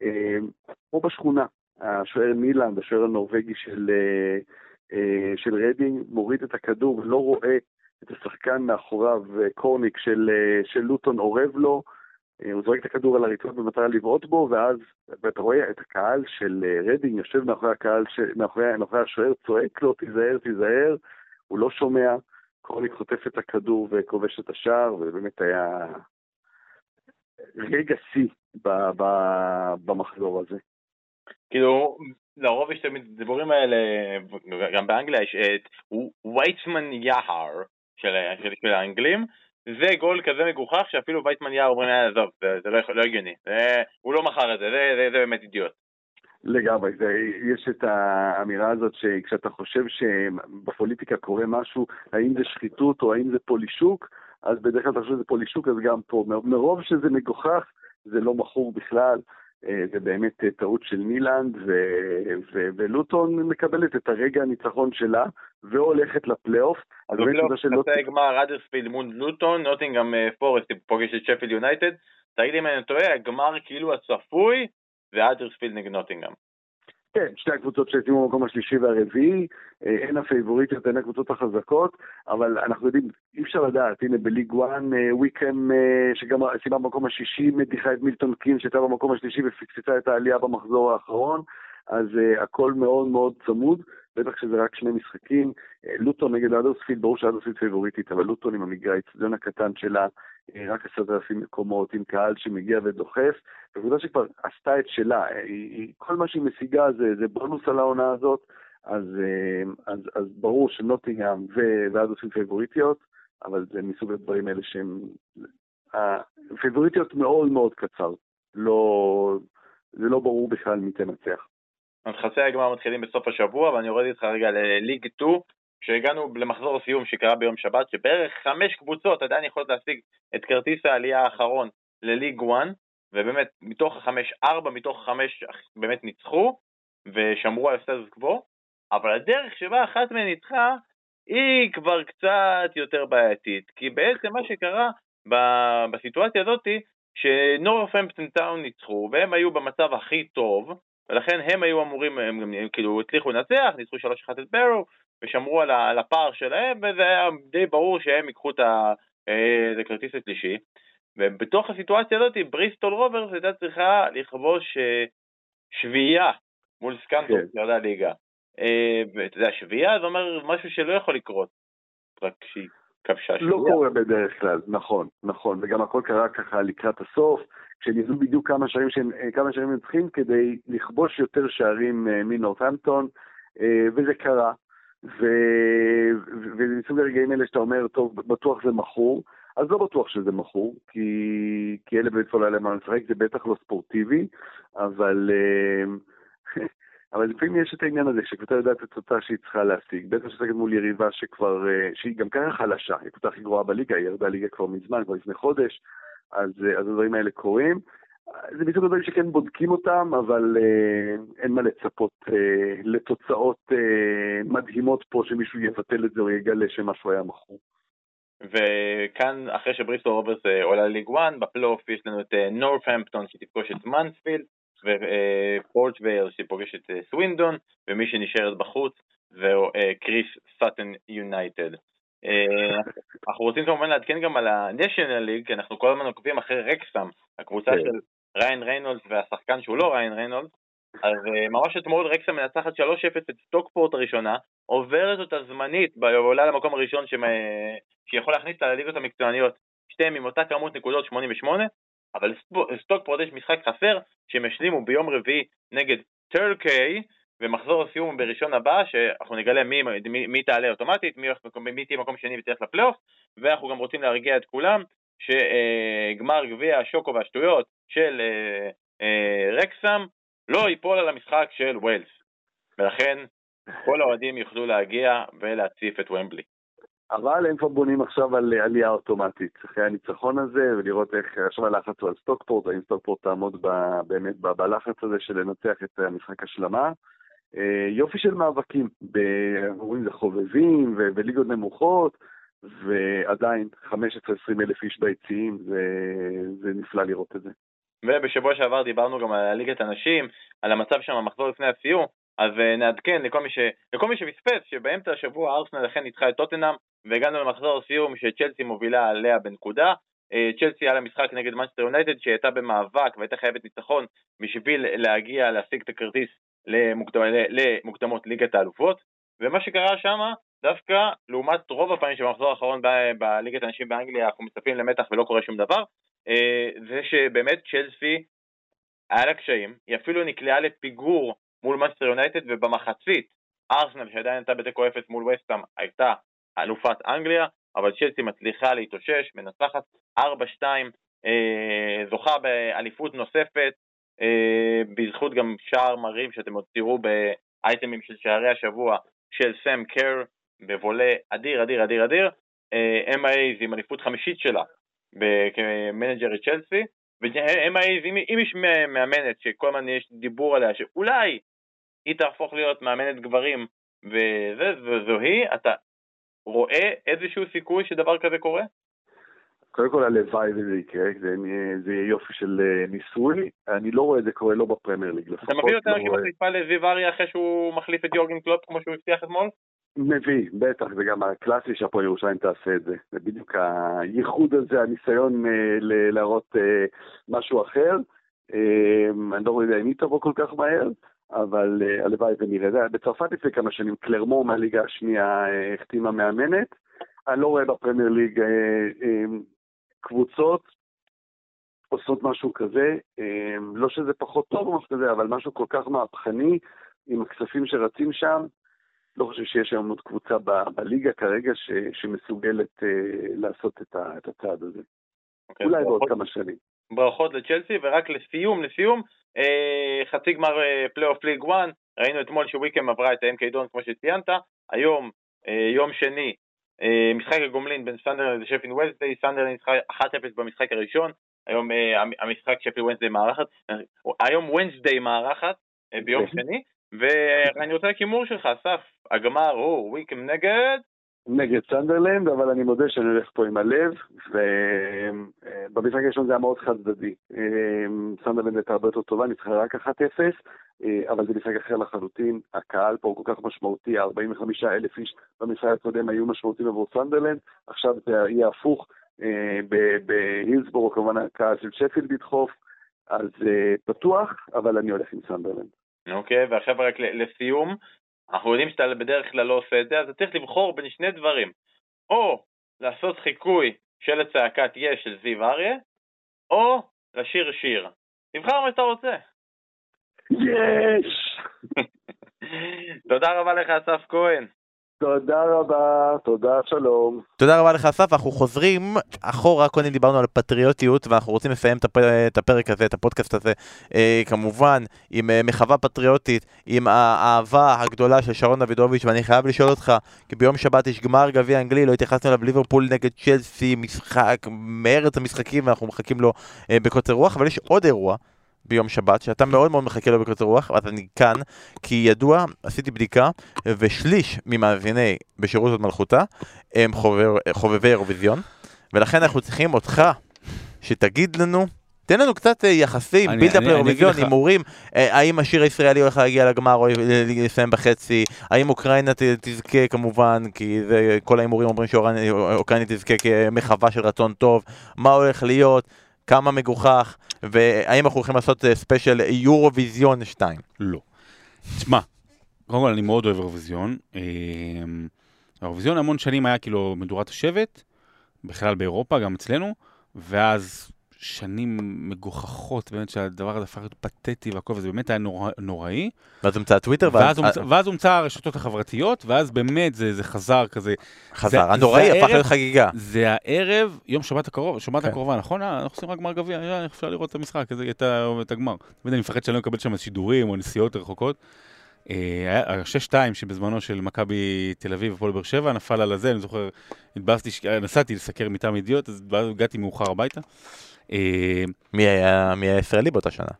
פה בשכונה, השוער מילאנד, השוער הנורווגי של, של רדינג, מוריד את הכדור ולא רואה את השחקן מאחוריו, קורניק של, של לוטון עורב לו, הוא זורק את הכדור על הרצפה במטרה לבעוט בו, ואז אתה רואה את הקהל של רדינג יושב מאחורי הקהל, מאחורי, מאחורי השוער, צועק לו, תיזהר, תיזהר, הוא לא שומע, קורניק חוטף את הכדור וכובש את השער, ובאמת היה רגע שיא במחזור הזה. כאילו, לרוב יש תמיד דיבורים האלה, גם באנגליה יש את וייטמן יהר של, של, של האנגלים, זה גול כזה מגוחך שאפילו וייטמן יהר אומרים, עזוב, זה, זה לא, לא הגיוני, זה, הוא לא מכר את זה, זה, זה, זה באמת אידיוט. לגמרי, יש את האמירה הזאת שכשאתה חושב שבפוליטיקה קורה משהו, האם זה שחיתות או האם זה פולישוק, אז בדרך כלל אתה חושב שזה פולישוק, אז גם פה, מרוב שזה מגוחך, זה לא מכור בכלל, זה באמת טעות של מילאנד, ולוטון מקבלת את הרגע הניצחון שלה, והולכת לפלייאוף. בפלייאוף חצי הגמר האדרספילד מול לוטון, נוטינגהאם פורסט פוגש את שפילד יונייטד, תגיד לי אם אני טועה, הגמר כאילו הצפוי, והאדרספילד נגד נוטינגהאם. כן, שתי הקבוצות שהתאימו במקום השלישי והרביעי, אין הפייבוריטיות, אין הקבוצות החזקות, אבל אנחנו יודעים, אי אפשר לדעת, הנה בליג וואן, וויקם, שגם סיימה במקום השישי, מדיחה את מילטון קין, שהייתה במקום השלישי ופיקסצה את העלייה במחזור האחרון, אז uh, הכל מאוד מאוד צמוד, בטח שזה רק שני משחקים, לוטון נגד האדרספילד, ברור שהאדרספילד פייבוריטית, אבל לוטון עם המגרש, האצטדיון הקטן שלה, רק עשרת אלפים מקומות, עם קהל שמגיע ודוחף, וקבוצה שכבר עשתה את שלה, היא, היא, כל מה שהיא משיגה זה, זה בונוס על העונה הזאת, אז, אז, אז ברור שנוטינגהאם והאדרספילד פייבוריטיות, אבל זה מסוג הדברים האלה שהם, הפייבוריטיות מאוד מאוד קצר, לא, זה לא ברור בכלל מי תנצח. חצי הגמר מתחילים בסוף השבוע, ואני יורד איתך רגע לליג שתיים, שהגענו למחזור הסיום שקרה ביום שבת, שבערך חמש קבוצות עדיין יכולות להשיג את כרטיס העלייה האחרון לליג אחת, ובאמת מתוך החמש, ארבע מתוך חמש באמת ניצחו, ושמרו על סטטוס קוו, אבל הדרך שבה אחת מהן ניצחה, היא כבר קצת יותר בעייתית, כי בעצם מה שקרה בסיטואציה הזאת, שנורת'המפטון טאון ניצחו, והם היו במצב הכי טוב, ולכן הם היו אמורים, הם, הם, הם כאילו הצליחו לנצח, ניצחו שלוש אחת את ברו, ושמרו על, על הפער שלהם, וזה היה די ברור שהם ייקחו את הכרטיס השלישי. ובתוך הסיטואציה הזאת, בריסטול רוברס הייתה צריכה לכבוש שביעייה מול סקנטור, ירדה הליגה. ואתה יודע, שביעייה זה אומר משהו שלא יכול לקרות, רק שהיא כבשה שביעייה. לא קורה בדרך כלל, נכון, נכון, וגם הכל קרה ככה לקראת הסוף, כשניזו בדיוק כמה שערים, כמה שערים הם צריכים כדי לכבוש יותר שערים מנורת'המפטון, וזה קרה, וזה מסוג הרגעים האלה שאתה אומר, טוב, בטוח זה מכור, אז לא בטוח שזה מכור, כי, כי אלה באמת עולה להם על לשחק, זה בטח לא ספורטיבי, אבל, אבל לפעמים יש את העניין הזה, שקבוצה יודעת את אותה שהיא צריכה להשיג, בטח ששחקת מול יריבה שכבר, שהיא גם ככה חלשה, היא קבוצה הכי גרועה בליגה, היא ירדה ליגה כבר מזמן, כבר לפני חודש, אז, אז הדברים האלה קורים. זה מסוג הדברים שכן בודקים אותם, אבל אה, אין מה לצפות אה, לתוצאות אה, מדהימות פה, שמישהו יבטל את זה או יגלה שמשהו היה מכור. וכאן, אחרי שבריסטול רוברס עולה לליג אחת, בפלייאוף יש לנו את נורת'המפטון שתפגוש את מנספילד, ופורט וייל שתפגש את סווינדון, ומי שנשארת בחוץ זה קריס סאטן יונייטד. אנחנו רוצים כמובן לעדכן גם על ה-National League, כי אנחנו כל הזמן עוקבים אחרי רקסם, הקבוצה של ריין ריינולדס והשחקן שהוא לא ריין ריינולדס, אז ממש אתמול רקסם מנצחת שלוש אפס את סטוקפורט הראשונה, עוברת אותה זמנית, ועולה למקום הראשון שיכול להכניס לליגות המקצועניות, שתיהם עם אותה כמות נקודות שמונים ושמונה, אבל סטוקפורט יש משחק חסר, שהם השלימו ביום רביעי נגד טורקיי, ומחזור הסיום בראשון הבא, שאנחנו נגלה מי, מי, מי תעלה אוטומטית, מי, מי תהיה מקום שני ותלך לפלייאוף, ואנחנו גם רוצים להרגיע את כולם, שגמר גביע השוקו והשטויות של אה, אה, רקסם, לא ייפול על המשחק של ווילס, ולכן כל האוהדים יוכלו להגיע ולהציף את ומבלי. אבל הם כבר בונים עכשיו על עלייה אוטומטית, אחרי הניצחון הזה, ולראות איך עכשיו הלחץ הוא על סטוקפורט, האם סטוקפורט תעמוד ב, באמת ב, בלחץ הזה של לנצח את המשחק השלמה. יופי של מאבקים, רואים זה חובבים וליגות נמוכות, ועדיין חמש עשרה עשרים אלף איש ביציעים, זה, זה נפלא לראות את זה. ובשבוע שעבר דיברנו גם על ליגת הנשים, על המצב שם המחזור לפני הסיום, אז נעדכן לכל מי, ש... לכל מי שפספס שבאמצע השבוע ארסנל לכן ניצחה את טוטנהאם, והגענו למחזור הסיום שצ'לסי מובילה עליה בנקודה. צ'לסי על המשחק נגד מנצ'סטר יונייטד שהייתה במאבק והייתה חייבת ניצחון בשביל להגיע להשיג את הכרטיס למוקדמות, למוקדמות ליגת האלופות, ומה שקרה שם דווקא לעומת רוב הפעמים שבמחזור האחרון ב- בליגת הנשים באנגליה אנחנו מצפים למתח ולא קורה שום דבר, זה שבאמת צ'לסי היה לה קשיים, היא אפילו נקלעה לפיגור מול מנצ'סטר יונייטד, ובמחצית ארסנל שעדיין הייתה בתיקו אפס מול וסטהאם הייתה אלופת אנגליה, אבל צ'לסי מצליחה להתאושש, מנצחת ארבע שתיים, אה, זוכה באליפות נוספת, אה, בזכות גם שער מרים שאתם עוד תראו באייטמים של שערי השבוע של סם קר, בבולה אדיר אדיר אדיר אדיר. אה, אם איי זה עם אליפות חמישית שלה כמנג'ר צ'לסי, והם מעיזים, אם יש מאמנת שכל הזמן יש דיבור עליה, שאולי היא תהפוך להיות מאמנת גברים, וזה, וזו היא, אתה רואה איזשהו סיכוי שדבר כזה קורה? קודם כל הלוואי וזה יקרה, זה, זה יופי של ניסוי, אני לא רואה את זה קורה לא בפרמייר ליג. אתה מביא אותנו לא כמחליפה רואה... לזיו אריה אחרי שהוא מחליף את יורגן קלופ כמו שהוא הבטיח אתמול? מביא, בטח, זה גם הקלאסי שהפועל ירושלים תעשה את זה. זה בדיוק הייחוד הזה, הניסיון ל- להראות משהו אחר. אני לא יודע אם היא תבוא כל כך מהר, אבל הלוואי ונראה. זה בצרפת לפני כמה שנים, קלרמו מהליגה השנייה החתימה מאמנת. אני לא רואה בפרמייר ליג קבוצות עושות משהו כזה, לא שזה פחות טוב או משהו כזה, אבל משהו כל כך מהפכני עם הכספים שרצים שם. לא חושב שיש היום עוד קבוצה ב- בליגה כרגע ש- שמסוגלת uh, לעשות את, ה- את הצעד הזה. Okay, אולי בעוד כמה שנים. ברכות לצ'לסי, ורק לסיום, לסיום, אה, חצי גמר אה, פלייאוף ליג אחת, ראינו אתמול שוויקם עברה את האם קיידון כמו שציינת, היום, אה, יום שני, אה, משחק הגומלין בין סנדרלנד לשפילד וונסדיי, סנדרלנד ניצחה אחת אפס במשחק הראשון, היום אה, המשחק שפילד וונסדיי מארחת, היום וונסדיי מארחת אה, ביום שני, ואני רוצה לכימור שלך, אסף, הגמר הוא וויקם נגד? נגד סנדרלנד, אבל אני מודה שאני הולך פה עם הלב, ובמשחק הראשון זה היה מאוד חד צדדי. סנדרלנד הייתה הרבה יותר טובה, ניצחה רק אחת אפס, אבל זה משחק אחר לחלוטין, הקהל פה כל כך משמעותי, ארבעים וחמישה אלף איש במשחק הקודם היו משמעותיים עבור סנדרלנד, עכשיו זה יהיה הפוך, בהילסבורו כמובן הקהל של שפילד ידחוף, אז פתוח, אבל אני הולך עם סנדרלנד. אוקיי, ועכשיו רק לסיום, אנחנו יודעים שאתה בדרך כלל לא עושה את זה, אז אתה צריך לבחור בין שני דברים, או לעשות חיקוי של הצעקת יש של זיו אריה, או לשיר שיר. תבחר מה שאתה רוצה. יש! תודה רבה לך אסף כהן. תודה רבה, תודה, שלום. תודה רבה לך אסף, אנחנו חוזרים אחורה, קודם דיברנו על פטריוטיות, ואנחנו רוצים לסיים את הפרק הזה, את הפודקאסט הזה, כמובן, עם מחווה פטריוטית, עם האהבה הגדולה של שרון דוידוביץ', ואני חייב לשאול אותך, כי ביום שבת יש גמר גביע אנגלי, לא התייחסנו אליו, ליברפול נגד צ'לסי, משחק, מארץ המשחקים, ואנחנו מחכים לו בקוצר רוח, אבל יש עוד אירוע, ביום שבת, שאתה מאוד מאוד מחכה לו בקוצר רוח, אז אני כאן, כי ידוע, עשיתי בדיקה, ושליש ממאזיני בשירות עוד מלכותה, הם חובב, חובבי אירוויזיון, ולכן אנחנו צריכים אותך, שתגיד לנו, תן לנו קצת יחסים, בילדאפ לאירוויזיון, הימורים, האם השיר הישראלי הולך להגיע לגמר או לסיים בחצי, האם אוקראינה תזכה כמובן, כי זה, כל ההימורים אומרים שאוקראינה תזכה כמחווה של רצון טוב, מה הולך להיות, כמה מגוחך, והאם אנחנו הולכים לעשות ספיישל יורוויזיון שתיים? לא. תשמע, קודם כל אני מאוד אוהב אירוויזיון. אירוויזיון המון שנים היה כאילו מדורת השבט, בכלל באירופה, גם אצלנו, ואז שנים מגוחכות, באמת שהדבר הזה הפך להיות פתטי והכל, וזה באמת היה נורא, נוראי. ואז הומצא טוויטר, ואז, ואז, ואז הומצא הרשתות החברתיות, ואז באמת זה, זה חזר כזה. חזר, הנוראי הפך להיות חגיגה. זה הערב, יום שבת הקרוב, שבת okay. הקרובה, נכון? אנחנו עושים רק גמר גביע, איך אפשר לראות את המשחק, את, את הגמר. אני מפחד שאני לא מקבל שם שידורים או נסיעות רחוקות. השש שתיים שבזמנו של מכבי תל אביב ופועל באר שבע נפל על הזה, אני זוכר, התבאסתי, נסעתי לסקר מטעם ידיעות, אז הגעתי מאוחר הביתה. מי היה ישראלי באותה שנה?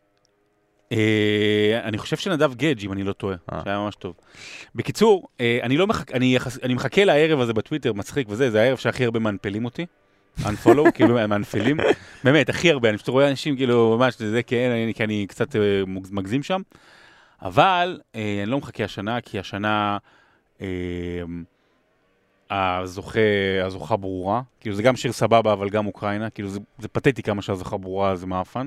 אני חושב שנדב גדג' אם אני לא טועה, שהיה ממש טוב. בקיצור, אני מחכה לערב הזה בטוויטר, מצחיק וזה, זה הערב שהכי הרבה מנפלים אותי. unfollow, כאילו מנפלים. באמת, הכי הרבה, אני פשוט רואה אנשים כאילו ממש, זה כן, כי אני קצת מגזים שם. אבל אני לא מחכה השנה, כי השנה הזוכה, הזוכה ברורה. כאילו זה גם שיר סבבה, אבל גם אוקראינה. כאילו זה, זה פתטי כמה שהזוכה ברורה, זה מאפן.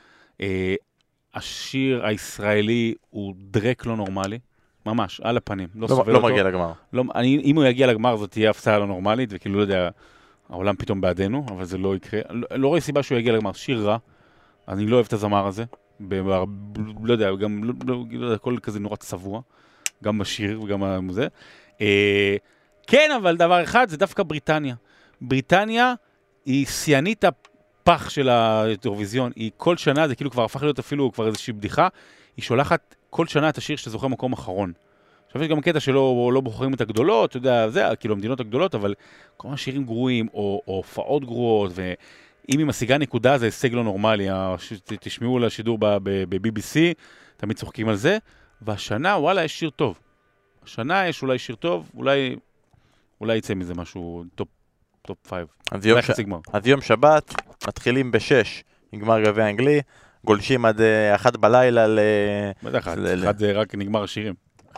השיר הישראלי הוא דרק לא נורמלי. ממש, על הפנים. לא, לא, לא מגיע לגמר. לא, אני, אם הוא יגיע לגמר, זאת תהיה הפסעה לא נורמלית, וכאילו לא יודע, העולם פתאום בעדנו, אבל זה לא יקרה. לא, לא רואה סיבה שהוא יגיע לגמר. שיר רע. אני לא אוהב את הזמר הזה. ב- לא יודע, גם לא, לא, לא יודע, הכל כזה נורא צבוע, גם בשיר וגם בזה. אה, כן, אבל דבר אחד, זה דווקא בריטניה. בריטניה היא שיאנית הפח של האירוויזיון, היא כל שנה, זה כאילו כבר הפך להיות אפילו כבר איזושהי בדיחה, היא שולחת כל שנה את השיר שזוכה מקום אחרון. עכשיו יש גם קטע שלא לא בוחרים את הגדולות, אתה יודע, זה כאילו המדינות הגדולות, אבל כל מיני שירים גרועים, או, או הופעות גרועות, ו... אם היא משיגה נקודה, זה הישג לא נורמלי. תשמעו לשידור ב-בי בי סי, תמיד צוחקים על זה. והשנה, וואלה, יש שיר טוב. השנה יש אולי שיר טוב, אולי, אולי יצא מזה משהו טופ, טופ פייב. אז יום, ש... אז יום שבת, מתחילים בשש, נגמר גביע האנגלי, גולשים עד uh, אחת בלילה ל... מה זה אחת? ל... אחת זה רק נגמר השירים.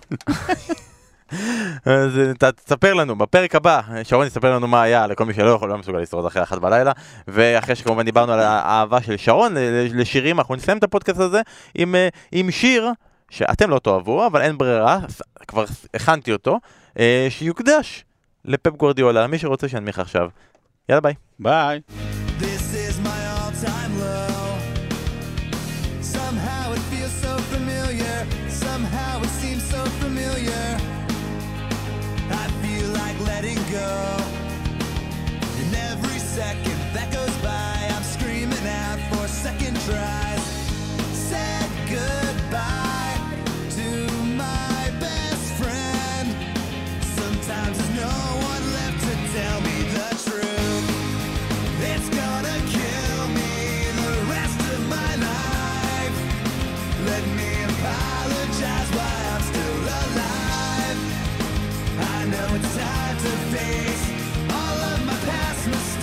אז תספר לנו, בפרק הבא, שרון יספר לנו מה היה לכל מי שלא יכול, לא מסוגל לשרוד אחרי אחת בלילה, ואחרי שכמובן דיברנו על האהבה של שרון לשירים, אנחנו נסיים את הפודקאסט הזה עם, עם שיר שאתם לא תאהבו, אבל אין ברירה, כבר הכנתי אותו, שיוקדש לפפ גוארדיולה, מי שרוצה שנמיך עכשיו. יאללה ביי. ביי. It's time to face all of my past mistakes.